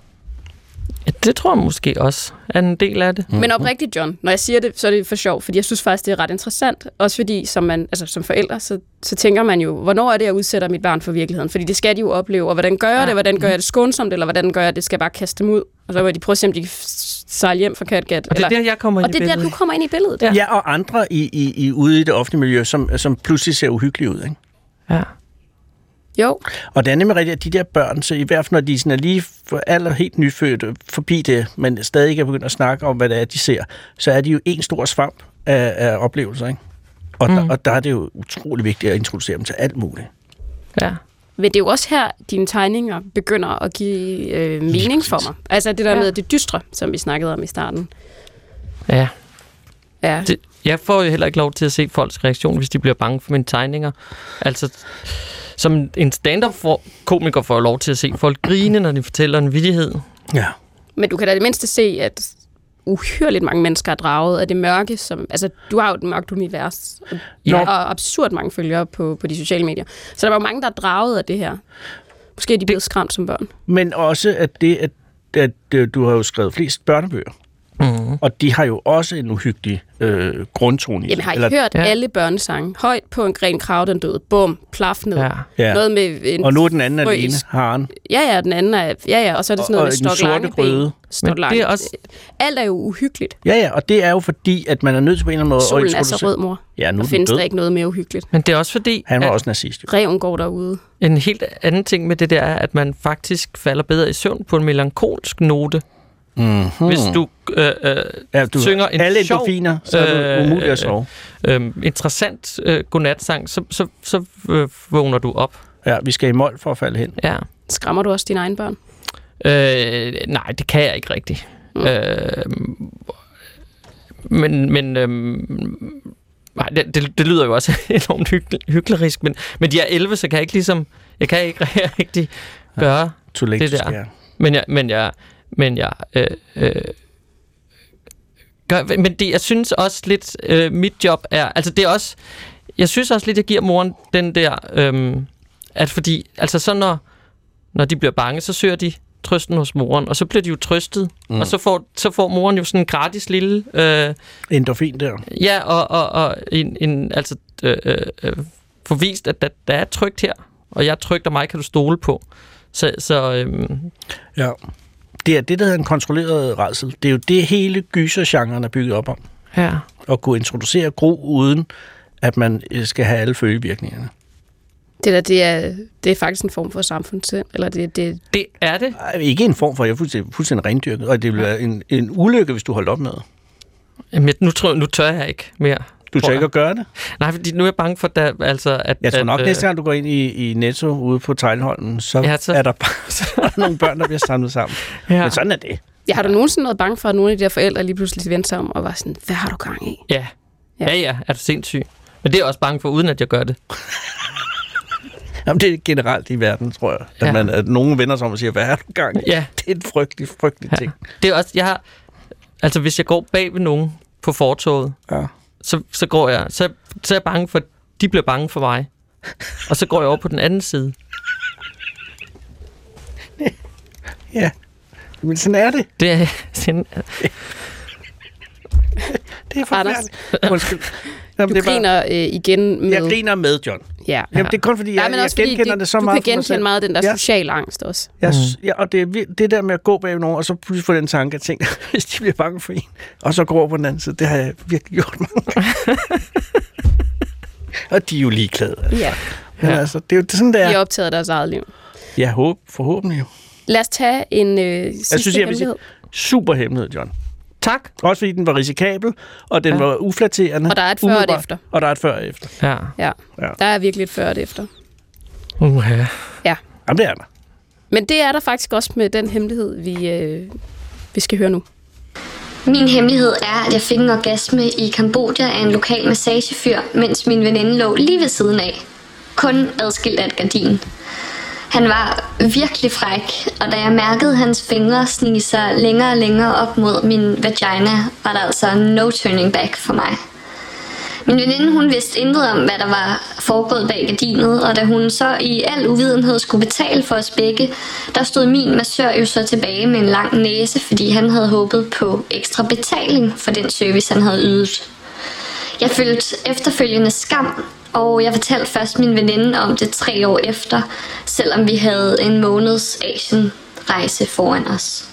ja, det tror jeg måske også er en del af det. Mm. Men oprigtigt, John, når jeg siger det, så er det for sjov, fordi jeg synes faktisk, det er ret interessant. Også fordi, som, man, altså, som forældre, så, så tænker man jo, hvornår er det, jeg udsætter mit barn for virkeligheden? Fordi det skal de jo opleve, og hvordan gør jeg det? Hvordan gør jeg det skånsomt, eller hvordan gør jeg det? Skal jeg bare kaste dem ud? Og så vil de prøve at se, om de kan sejle hjem fra Kattegat. Og det er der, jeg kommer og ind det i er der, billedet. du kommer ind i billedet. Ja. Ja, og andre i, i, i, ude i det offentlige miljø, som, som pludselig ser uhyggelige ud, ikke? Ja. Jo, Og det er nemlig rigtigt, at de der børn, så i hvert fald når de sådan er lige for aller helt nyfødte forbi det, men stadig ikke er begyndt at snakke om, hvad det er, de ser, så er de jo en stor svamp af, af oplevelser, ikke? Og, mm. der, og der er det jo utrolig vigtigt at introducere dem til alt muligt. Ja. men det er jo også her, dine tegninger begynder at give øh, mening for mig. Altså det der Ja. med det dystre, som vi snakkede om i starten. Ja. Ja. Det, jeg får jo heller ikke lov til at se folks reaktion, hvis de bliver bange for mine tegninger. Altså, som en stand-up-komiker får jeg lov til at se folk grine, når de fortæller en vittighed. Ja. Men du kan da i det mindste se, at uhyrligt mange mennesker er draget af det mørke, som, altså du har jo et mørkt univers, og, Ja. og absurd mange følgere på, på de sociale medier. Så der var mange, der er draget af det her. Måske er de blevet skræmt som børn. Men også at det, at, at, at du har jo skrevet flest børnebøger, Mm-hmm. og de har jo også en uhyggelig øh, grundtone i Jamen har I Eller- hørt Ja. alle børnesange? Højt på en gren krav, den døde. Bum, plaf ned. Ja. Ja. Noget med en Og nu er den anden frø- alene, haren. Ja, ja, den anden er... Ja, ja, og så er det sådan Og- noget og med den stok sorte lange grøde. ben. Stok Men lange. det er også- Alt er jo uhyggeligt. Ja, ja, og det er jo fordi, at man er nødt til på en eller anden måde Solen at er så introducere... rød, mor. Ja, nu Der er den findes død. der ikke noget mere uhyggeligt. Men det er også fordi, Han var at også nazist, jo. Reven går derude. en helt anden ting med det der er, at man faktisk falder bedre i søvn på en melankolsk note, Mm-hmm. Hvis du, øh, øh, ja, du synger en alle sjov, endorfiner, så er du umulig at sove. Øh, øh, interessant øh, godnatsang, så, så, så øh, vågner du op. Ja, vi skal i mål for at falde hen. Ja. Skræmmer du også dine egne børn? Øh, nej, det kan jeg ikke rigtigt. Mm. Øh, men men øh, nej, det, det, det lyder jo også enormt hygge, hyklerisk, men, men de er elleve, så kan jeg ikke ligesom, jeg kan ikke rigtig gøre ja, det der. Men jeg, men jeg, men jeg, øh, øh, gør, men det, jeg synes også lidt, øh, mit job er, altså det er også, jeg synes også lidt, jeg giver moren den der, øh, at fordi, altså så når, når de bliver bange, så søger de trøsten hos moren, og så bliver de jo trøstet, mm. og så får, så får moren jo sådan en gratis lille... Øh, endorfin der. Ja, og, og, og en, en, altså øh, øh, forvist, at der, der er trygt her, og jeg er trygt, og mig kan du stole på. Så... så øh, ja. Det er det, der hedder en kontrolleret rædsel. Det er jo det, hele gysergenren er bygget op om. Ja. At kunne introducere gro, uden at man skal have alle følgevirkningerne. Det der, det er, det er faktisk en form for samfundssind, eller det, det... Det er det. Ej, ikke en form for, jeg er fuldstændig, fuldstændig rendyrket, og det vil være en, en ulykke, hvis du holder op med det. Jamen, nu, tror, nu tør jeg ikke mere. Du tør ikke at gøre det? Nej, fordi nu er jeg bange for, at, altså, at... Jeg tror nok, at, næste gang du går ind i, i Netto ude på Teglholmen, så, ja, så... er der bare så er der nogle børn, der bliver samlet sammen. Ja. Men sådan er det. Ja, har du nogensinde været bange for, at nogle af de der forældre lige pludselig vendte sig om og var sådan, hvad har du gang i? Ja. Ja, ja, ja, er du sindssyg. Men det er jeg også bange for, uden at jeg gør det. Jamen, det er generelt i verden, tror jeg. At, ja. man, at nogen vender sig om og siger, hvad er du gang i? Ja. Det er en frygtelig, frygtelig ja. ting. Det er også, jeg har... Altså, hvis jeg går bag ved nogen på fortovet, ja. så, så går jeg... Så, så er jeg bange for, at de bliver bange for mig. Og så går jeg over på den anden side. Ja. Men sådan er det. Det er... Sådan, det er forfærdeligt. Undskyld. Jamen, du griner bare, øh, igen med... Jeg griner med, John. Ja. Jamen, det er kun fordi, jeg, ja, jeg genkender det, det så du meget. Du kan genkende meget af den der ja. sociale angst også. Ja, mm. ja, og det er det der med at gå bag nogen, og så pludselig få den tanke, at tænke, hvis de bliver bange for en, og så går over på den anden side, det har jeg virkelig gjort mange. Og de er jo ligeglade. Altså. Ja. Men ja. altså, det er jo sådan, det er. De er optaget af deres eget liv. Ja, håb, forhåbentlig jo. Lad os tage en øh, sidste jeg synes, jeg hemmelighed. Super hemmelighed, John. Tak. Også fordi den var risikabel, og den ja. var uflatterende. Og der er et før og et efter. Og der er et før og efter. Ja. ja. Ja. Der er virkelig et før og et efter. Uh-huh. Ja. Jamen, det er der. Men det er der faktisk også med den hemmelighed, vi, øh, vi skal høre nu. Min hemmelighed er, at jeg fik en orgasme i Kambodja af en lokal massagefyr, mens min veninde lå lige ved siden af. Kun adskilt af et gardin. Han var virkelig fræk, og da jeg mærkede hans fingre snige sig længere og længere op mod min vagina, var der altså no turning back for mig. Min veninde, hun vidste intet om, hvad der var foregået bag gardinet, og da hun så i al uvidenhed skulle betale for os begge, der stod min massør jo så tilbage med en lang næse, fordi han havde håbet på ekstra betaling for den service, han havde ydet. Jeg følte efterfølgende skam, og jeg fortalte først min veninde om det tre år efter, selvom vi havde en måneds Asien-rejse foran os.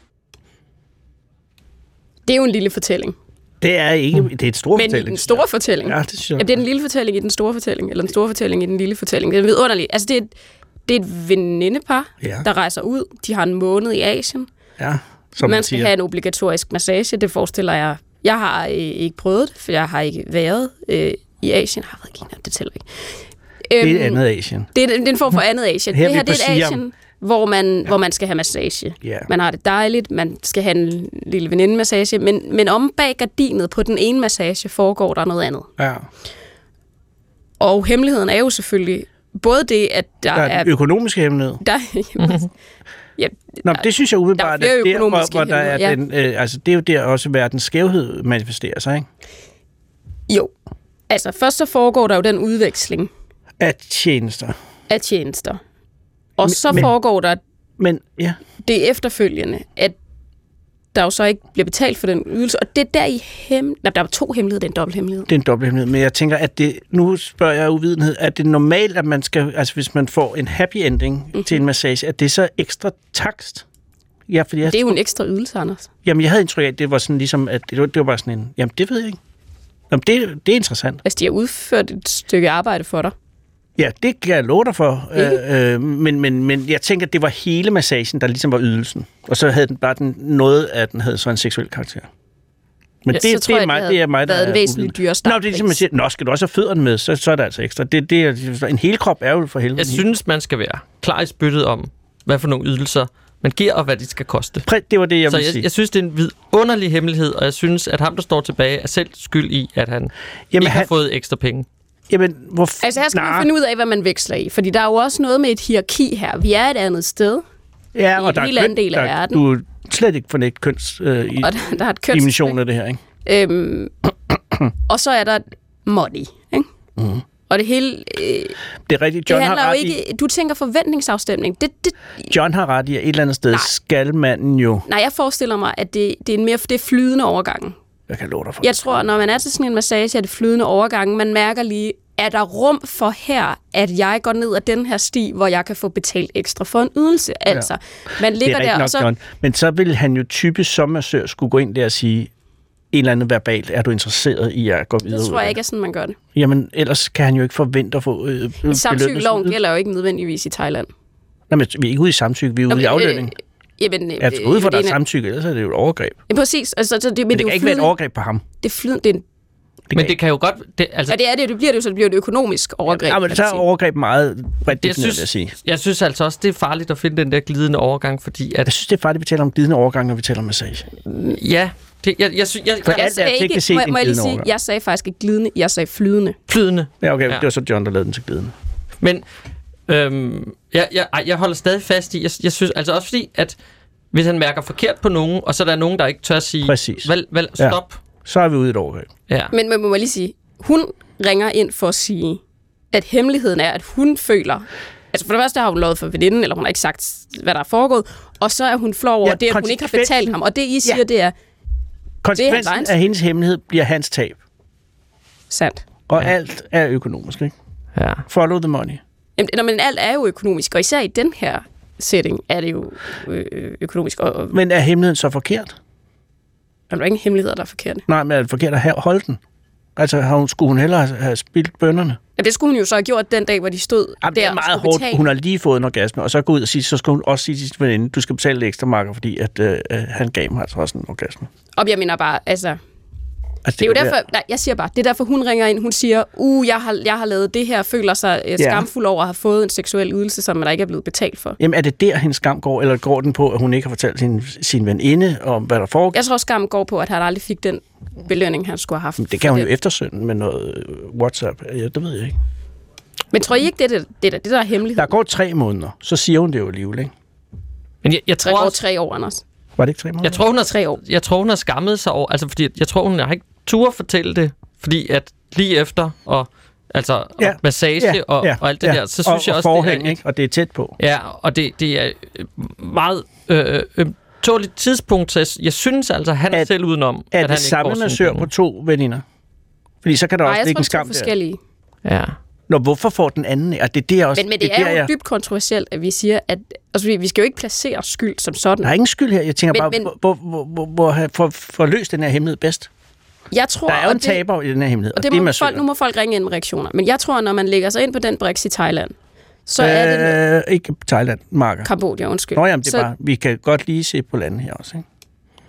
Det er jo en lille fortælling. Det er ikke, det er et stor Men fortælling. Men den store fortælling. Ja, det synes jeg. Ja, det er den lille fortælling i den store fortælling, eller den store fortælling i den lille fortælling. Det er vidunderligt. Altså, det er et, det er et venindepar, ja. der rejser ud. De har en måned i Asien. Ja, som man skal siger. have en obligatorisk massage. Det forestiller jeg. Jeg har øh, ikke prøvet det, for jeg har ikke været øh, i Asien. Jeg har været i Kina, det tæller ikke. Det er et andet Asien. Det er, det er en form for andet Asien. Her det her det er et Asien, hvor man, ja. hvor man skal have massage. Yeah. Man har det dejligt, man skal have en lille venindemassage, men, men om bag gardinet på den ene massage foregår der noget andet. Ja. Og hemmeligheden er jo selvfølgelig både det, at der, der er... er økonomiske hemmelighed. Der, jamen, ja, Nå, det synes jeg umiddelbart, der er, at der, hvor, hvor der er ja. den, øh, altså det er jo der også verdens skævhed manifesterer sig, ikke? Jo. Altså, først så foregår der jo den udveksling. Af tjenester. Af tjenester. Og men, så men, foregår der men, ja. det efterfølgende, at der jo så ikke bliver betalt for den ydelse. Og det er der i hem... Nej, der er to hemmeligheder, det er en dobbelt hemmelighed. Det er en dobbelt hemmelighed, men jeg tænker, at det... Nu spørger jeg uvidenhed, at det er normalt, at man skal... Altså, hvis man får en happy ending mm-hmm. til en massage, at det er så ekstra takst? Ja, fordi jeg det er jo en ekstra ydelse, Anders. Jamen, jeg havde indtryk af, at det var sådan ligesom... At det var, det var bare sådan en... Jamen, det ved jeg ikke. Jamen, det, det er interessant. Altså, de har udført et stykke arbejde for dig. Ja, det kan jeg love dig for. Øh, øh, men, men, men jeg tænker, at det var hele massagen, der ligesom var ydelsen. Og så havde den bare den, noget af den havde så en seksuel karakter. Men Ja, det, så tror det, er jeg, mig, det det er mig, der været en er væsentlig dyrere Nå, det er ligesom, man siger, nå, skal du også have fødderne med, så, så er det altså ekstra. Det, det er, en hel krop er jo for helvede. Jeg synes, man skal være klar i spyttet om, hvad for nogle ydelser man giver, og hvad de skal koste. Præ, det var det, jeg Så ville jeg, sige. jeg synes, det er en vidunderlig hemmelighed, og jeg synes, at ham, der står tilbage, er selv skyld i, at han Jamen, ikke han- har fået ekstra penge. Jamen, hvor... Altså, her skal man Nej. finde ud af, hvad man veksler i. Fordi der er jo også noget med et hierarki her. Vi er et andet sted, Ja, i og en der helt er anden køn, del af der, verden. Du er slet ikke fornægt køns øh, i og der, der er et køns... dimensionen af det her, ikke? Øhm, og så er der money, ikke? Mm. Og det hele... Øh, Det er rigtigt. John det handler har jo ret ikke... i, Du tænker forventningsafstemning. Det, det, John har ret i, at et eller andet sted Nej. skal manden jo... nej, jeg forestiller mig, at det, det er en mere det er flydende overgang. Jeg kan love dig for Jeg tror, når man er til sådan en massage, er det flydende overgang. Man mærker lige, er der rum for her, at jeg går ned ad den her sti, hvor jeg kan få betalt ekstra for en ydelse? Altså, man det ligger er der, rigtigt og nok, så... John. Men så vil han jo typisk som massør skulle gå ind der og sige, en eller anden verbalt, er du interesseret i at gå videre? Det ud tror af jeg ikke er sådan, man gør det. Jamen, ellers kan han jo ikke forvente at få øh, belønnet. Samtykkeloven gælder jo ikke nødvendigvis i Thailand. Nej, men vi er ikke ude i samtykke, vi er ude i aflønning. Øh, jamen, øh, Jeg er ude for, der er Lena- samtykke, ellers er det jo et overgreb. Ja, præcis. Altså, så det, men Men det, det er kan jo ikke være et flydende- overgreb på ham. Det er flydende, det er en, Det Men det kan jo godt... Det, altså, ja, det er det, det bliver det jo, så det bliver et økonomisk overgreb. Ja, men kan så man er sige. overgreb meget bredt jeg, defineret, vil jeg synes, sige. jeg synes altså også, det er farligt at finde den der glidende overgang, fordi at... Jeg synes, det er farligt, at vi taler om glidende overgang, når vi taler om massage. Ja, det, jeg, jeg, synes, jeg, For jeg, Jeg alt er sagde ikke, teknisk set må, en må jeg lige glidende sige, overgang. jeg sagde faktisk ikke glidende, jeg sagde flydende. flydende. Ja, okay, Ja. det var så John, der lavede den til glidende. Men øhm, jeg, jeg, ej, jeg holder stadig fast i, jeg, jeg synes altså også fordi, at hvis han mærker forkert på nogen, og så er der nogen, der ikke tør sige, Præcis. vel, vel, Ja. stop. Så er vi ude i et overgreb. Ja. Men, men må jeg lige sige, hun ringer ind for at sige, at hemmeligheden er, at hun føler... Altså for det første har hun lovet for veninden, eller hun har ikke sagt, hvad der er foregået, og så er hun flov over Ja, ja, det, at hun ikke har konsekvensen- betalt ham. Og det, I siger, Ja. det er Konsekvensen hans. af hendes hemmelighed bliver hans tab. sandt. Og Ja. alt er økonomisk, ikke? Ja. Follow the money. Jamen, nå, men alt er jo økonomisk, og især i den her setting er det jo øh, økonomisk. Og, og Men er hemmeligheden så forkert? er der ingen hemmeligheder, der er forkerte? Nej, men er det forkert at have- holde den? Altså, har hun, skulle hun hellere have- have spildt bønderne? Ja, det skulle hun jo så have gjort den dag, hvor de stod Jamen, der det er og meget skulle hårdt. betale. Hun har lige fået en orgasme, og så gå ud og sige, så skal hun også sige til sin veninde, du skal betale lidt ekstra marker, fordi at, øh, han gav mig altså også en orgasme. Og jeg mener bare, altså... Altså, Det er jo derfor, nej, jeg siger bare, det er derfor, hun ringer ind. Hun siger, uh, jeg har, jeg har lavet det her, føler sig uh, skamfuld over at have fået en seksuel ydelse, som der ikke er blevet betalt for. Jamen, er det der, hendes skam går, eller går den på, at hun ikke har fortalt sin, sin veninde om, hvad der foregår? Jeg tror, skam går på, at han aldrig fik den belønning, han skulle have haft. Det kan for hun jo eftersøge med noget øh, WhatsApp. Ja, det ved jeg ikke. Men tror I ikke, det er det, det, det, det der er hemmelighed? Der går tre måneder, så siger hun det jo alligevel, ikke? Men jeg, jeg Der tror går også, tre år, Anders. Var det ikke tre måneder? jeg tror, hun har, Tre år. jeg tror, hun har skammet sig over, altså fordi jeg tror, hun har ikke tur fortælle det, fordi at lige efter, og altså Ja. og massage Ja, og, ja, og alt det ja. der, så og, synes jeg og også, forhæng, det er, ikke? Og det er tæt på. ja, og det, det er øh, meget øh, øh, tåligt tidspunkt, så jeg, jeg synes altså, han er At- selv udenom, Er at han det ikke samme får sine massør penge. på to veninder? Fordi så kan der Nej, også jeg ligge tror, en det er skam to der. forskellige. Ja. Nå, hvorfor får den anden? Og det er der også, Men, men det, det er der, jo jeg, dybt kontroversielt, at vi siger, at altså, vi, vi skal jo ikke placere skyld som sådan. der er ingen skyld her. Jeg tænker Men- bare, men- hvor, hvor, hvor, hvor have- for, for løst den her hemmelighed bedst. Jeg tror, Der er jo og en det- taber i den her hemmelighed, Og det er må massøren. folk, nu må folk ringe ind med reaktioner. Men jeg tror, når man lægger sig ind på den briks i Thailand, så er det Øh, ikke Thailand, Marker. Kambodja, undskyld. Nå jamen, det er så, bare, vi kan godt lige se på landet her også, ikke?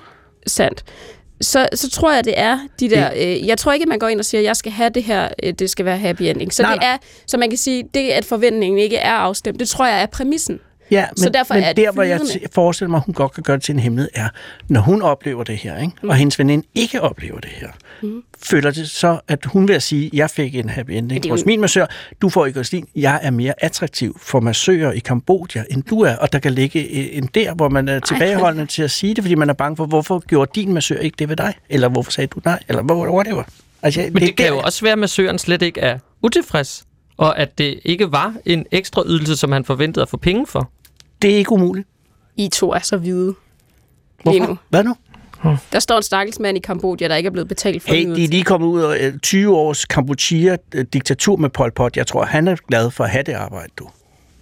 sandt. Så, så tror jeg, det er de der... Øh, jeg tror ikke, man går ind og siger, at jeg skal have det her, øh, det skal være happy ending. Så Nej, det nej. er, så man kan sige, det at forventningen ikke er afstemt, det tror jeg er præmissen. Ja, men, Så derfor men er det der, hvor jeg flydende. t- forestiller mig, at hun godt kan gøre det til en hemmelighed, er, når hun oplever det her, ikke? og hendes veninde ikke oplever det her, mm. føler det så, at hun vil sige, jeg fik en happy ending det er hos jo- min massør, du får ikke Østlin, jeg er mere attraktiv for massører i Kambodja, end du er, og der kan ligge en der, hvor man er tilbageholdende til at sige det, fordi man er bange for, hvorfor gjorde din massør ikke det ved dig? Eller hvorfor sagde du nej? Eller whatever. Altså, Men det, det kan jo også være, at massøren slet ikke er utilfreds, og at det ikke var en ekstra ydelse, som han forventede at få penge for. Det er ikke umuligt. I to er så hvide lige nu. Hvorfor? Hvad nu? Der står en stakkels mand i Kambodja, der ikke er blevet betalt for Hey, en de er ydelse. lige kommet ud af øh, tyve års Kampuchea-diktatur med Pol Pot. Jeg tror, han er glad for at have det arbejde, du.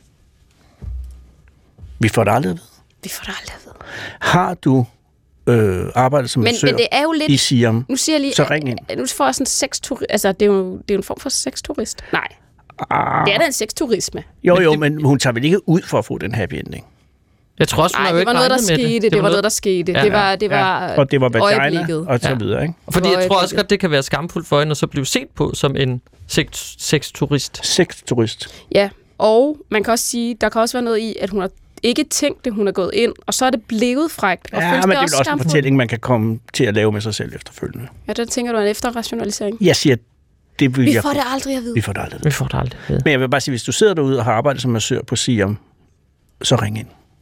Vi får det aldrig at vide. Vi får det aldrig at vide. Har du øh, arbejdet som Men, massør men det er jo lidt... i Siam? Nu siger jeg lige, Så ring ind. at- Nu får jeg sådan en sexturist... Altså, det er, jo, det er jo en form for sexturist. Nej. Ah. Det er da en sexturisme. Jo, Men jo, det- men hun tager vel ikke ud for at få den happy ending? Jeg tror også, hun Nej, har jo det ikke var noget, der regnet med skete. Det, det var noget, der skete. Ja, Det var, det var Ja. Og det var vagina, øjeblikket. og så Ja. videre, ikke? Fordi jeg tror også øjeblikket. godt, det kan være skamfuldt for hende, og så blive set på som en sex- sexturist. Sexturist. Ja, og man kan også sige, der kan også være noget i, at hun har ikke tænkt det, hun er gået ind, og så er det blevet frækt. Og Ja, føles men det er vel også også en skamfuldt. fortælling, man kan komme til at lave med sig selv efterfølgende. Ja, der tænker du en efterrationalisering. Jeg siger, det vil Vi jeg... får det aldrig at vide. Vi får det aldrig. Vi får det aldrig at vide. Men jeg vil bare sige, hvis du sidder derude og har arbejdet som massør på Siam, så ring ind.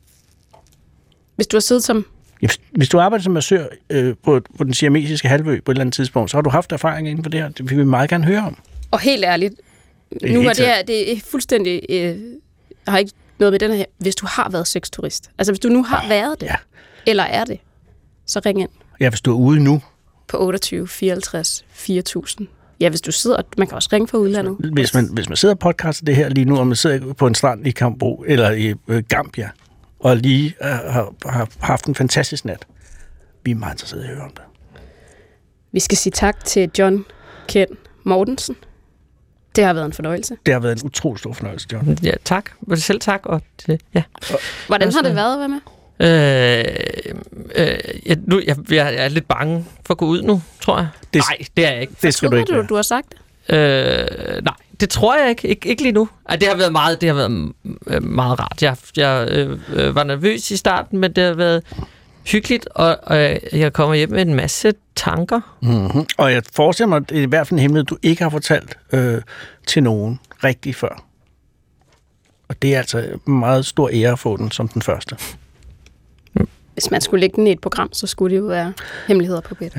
Hvis du har siddet som... Ja, hvis du arbejder som massør øh, på, på den siamesiske halvø på et eller andet tidspunkt, så har du haft erfaring inden for det her. Det vil vi meget gerne høre om. Og helt ærligt, det nu hele er det her, det er fuldstændig... Øh, har ikke noget med den her... Hvis du har været sexturist. Altså, hvis du nu har været det, ja. eller er det, så ring ind Ja, hvis du er ude nu, på otteogtyve fireoghalvtreds fire tusind. Ja, hvis du sidder... Man kan også ringe fra udlandet. hvis man, hvis man sidder og podcaster det her lige nu, og man sidder på en strand i Cambro, eller i øh, Gambia, og lige øh, har, har haft en fantastisk nat, vi er meget interesserede i at høre om det. Vi skal sige tak til John Ken Mortensen. Det har været en fornøjelse. Det har været en utrolig stor fornøjelse, John. Ja, tak. Selv tak. Og det, ja. Hvordan har det været at være med? Øh, øh, jeg, nu, jeg, jeg er lidt bange for at gå ud nu, tror jeg. Det- Nej, det er jeg ikke. Det skal du Tror ikke du, være. du har sagt det? Øh, nej, det tror jeg ikke. Ik- ikke lige nu. Ej, det har været meget, det har været øh, meget rart. Jeg, jeg øh, øh, var nervøs i starten, men det har været hyggeligt, og, og jeg kommer hjem med en masse tanker. Mm-hmm. Og jeg forestiller mig, at det er i hvert fald en hemmelighed, du ikke har fortalt øh, til nogen rigtig før. Og det er altså en meget stor ære at få den som den første. Hvis man skulle lægge den i et program, så skulle det jo være hemmeligheder på bedt. Ja.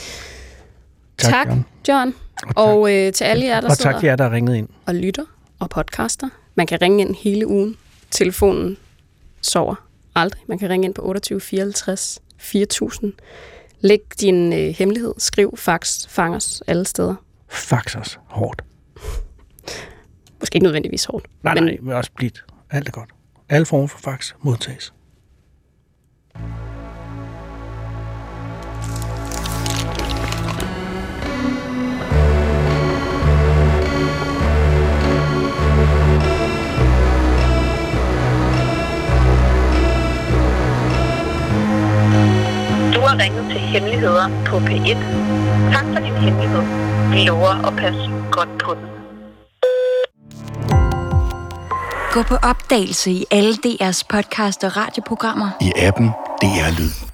Tak, tak, John. John. Og øh, til alle jer, der Og sidder tak til jer, der har ringet ind. og lytter og podcaster. Man kan ringe ind hele ugen. Telefonen sover aldrig. Man kan ringe ind på otteogtyve fireoghalvtreds fire tusind. Læg din øh, hemmelighed. Skriv, fax, fang os alle steder. Fax os hårdt. Måske ikke nødvendigvis hårdt. Nej, men nej, men også blidt. Alt er godt. Alle former for fax modtages. Du har ringet til Hemmeligheder på P et. Tak for din hemmelighed. Vi lover at passe godt på den. Gå på opdagelse i alle D R's podcast og radioprogrammer. I appen D R Lyd.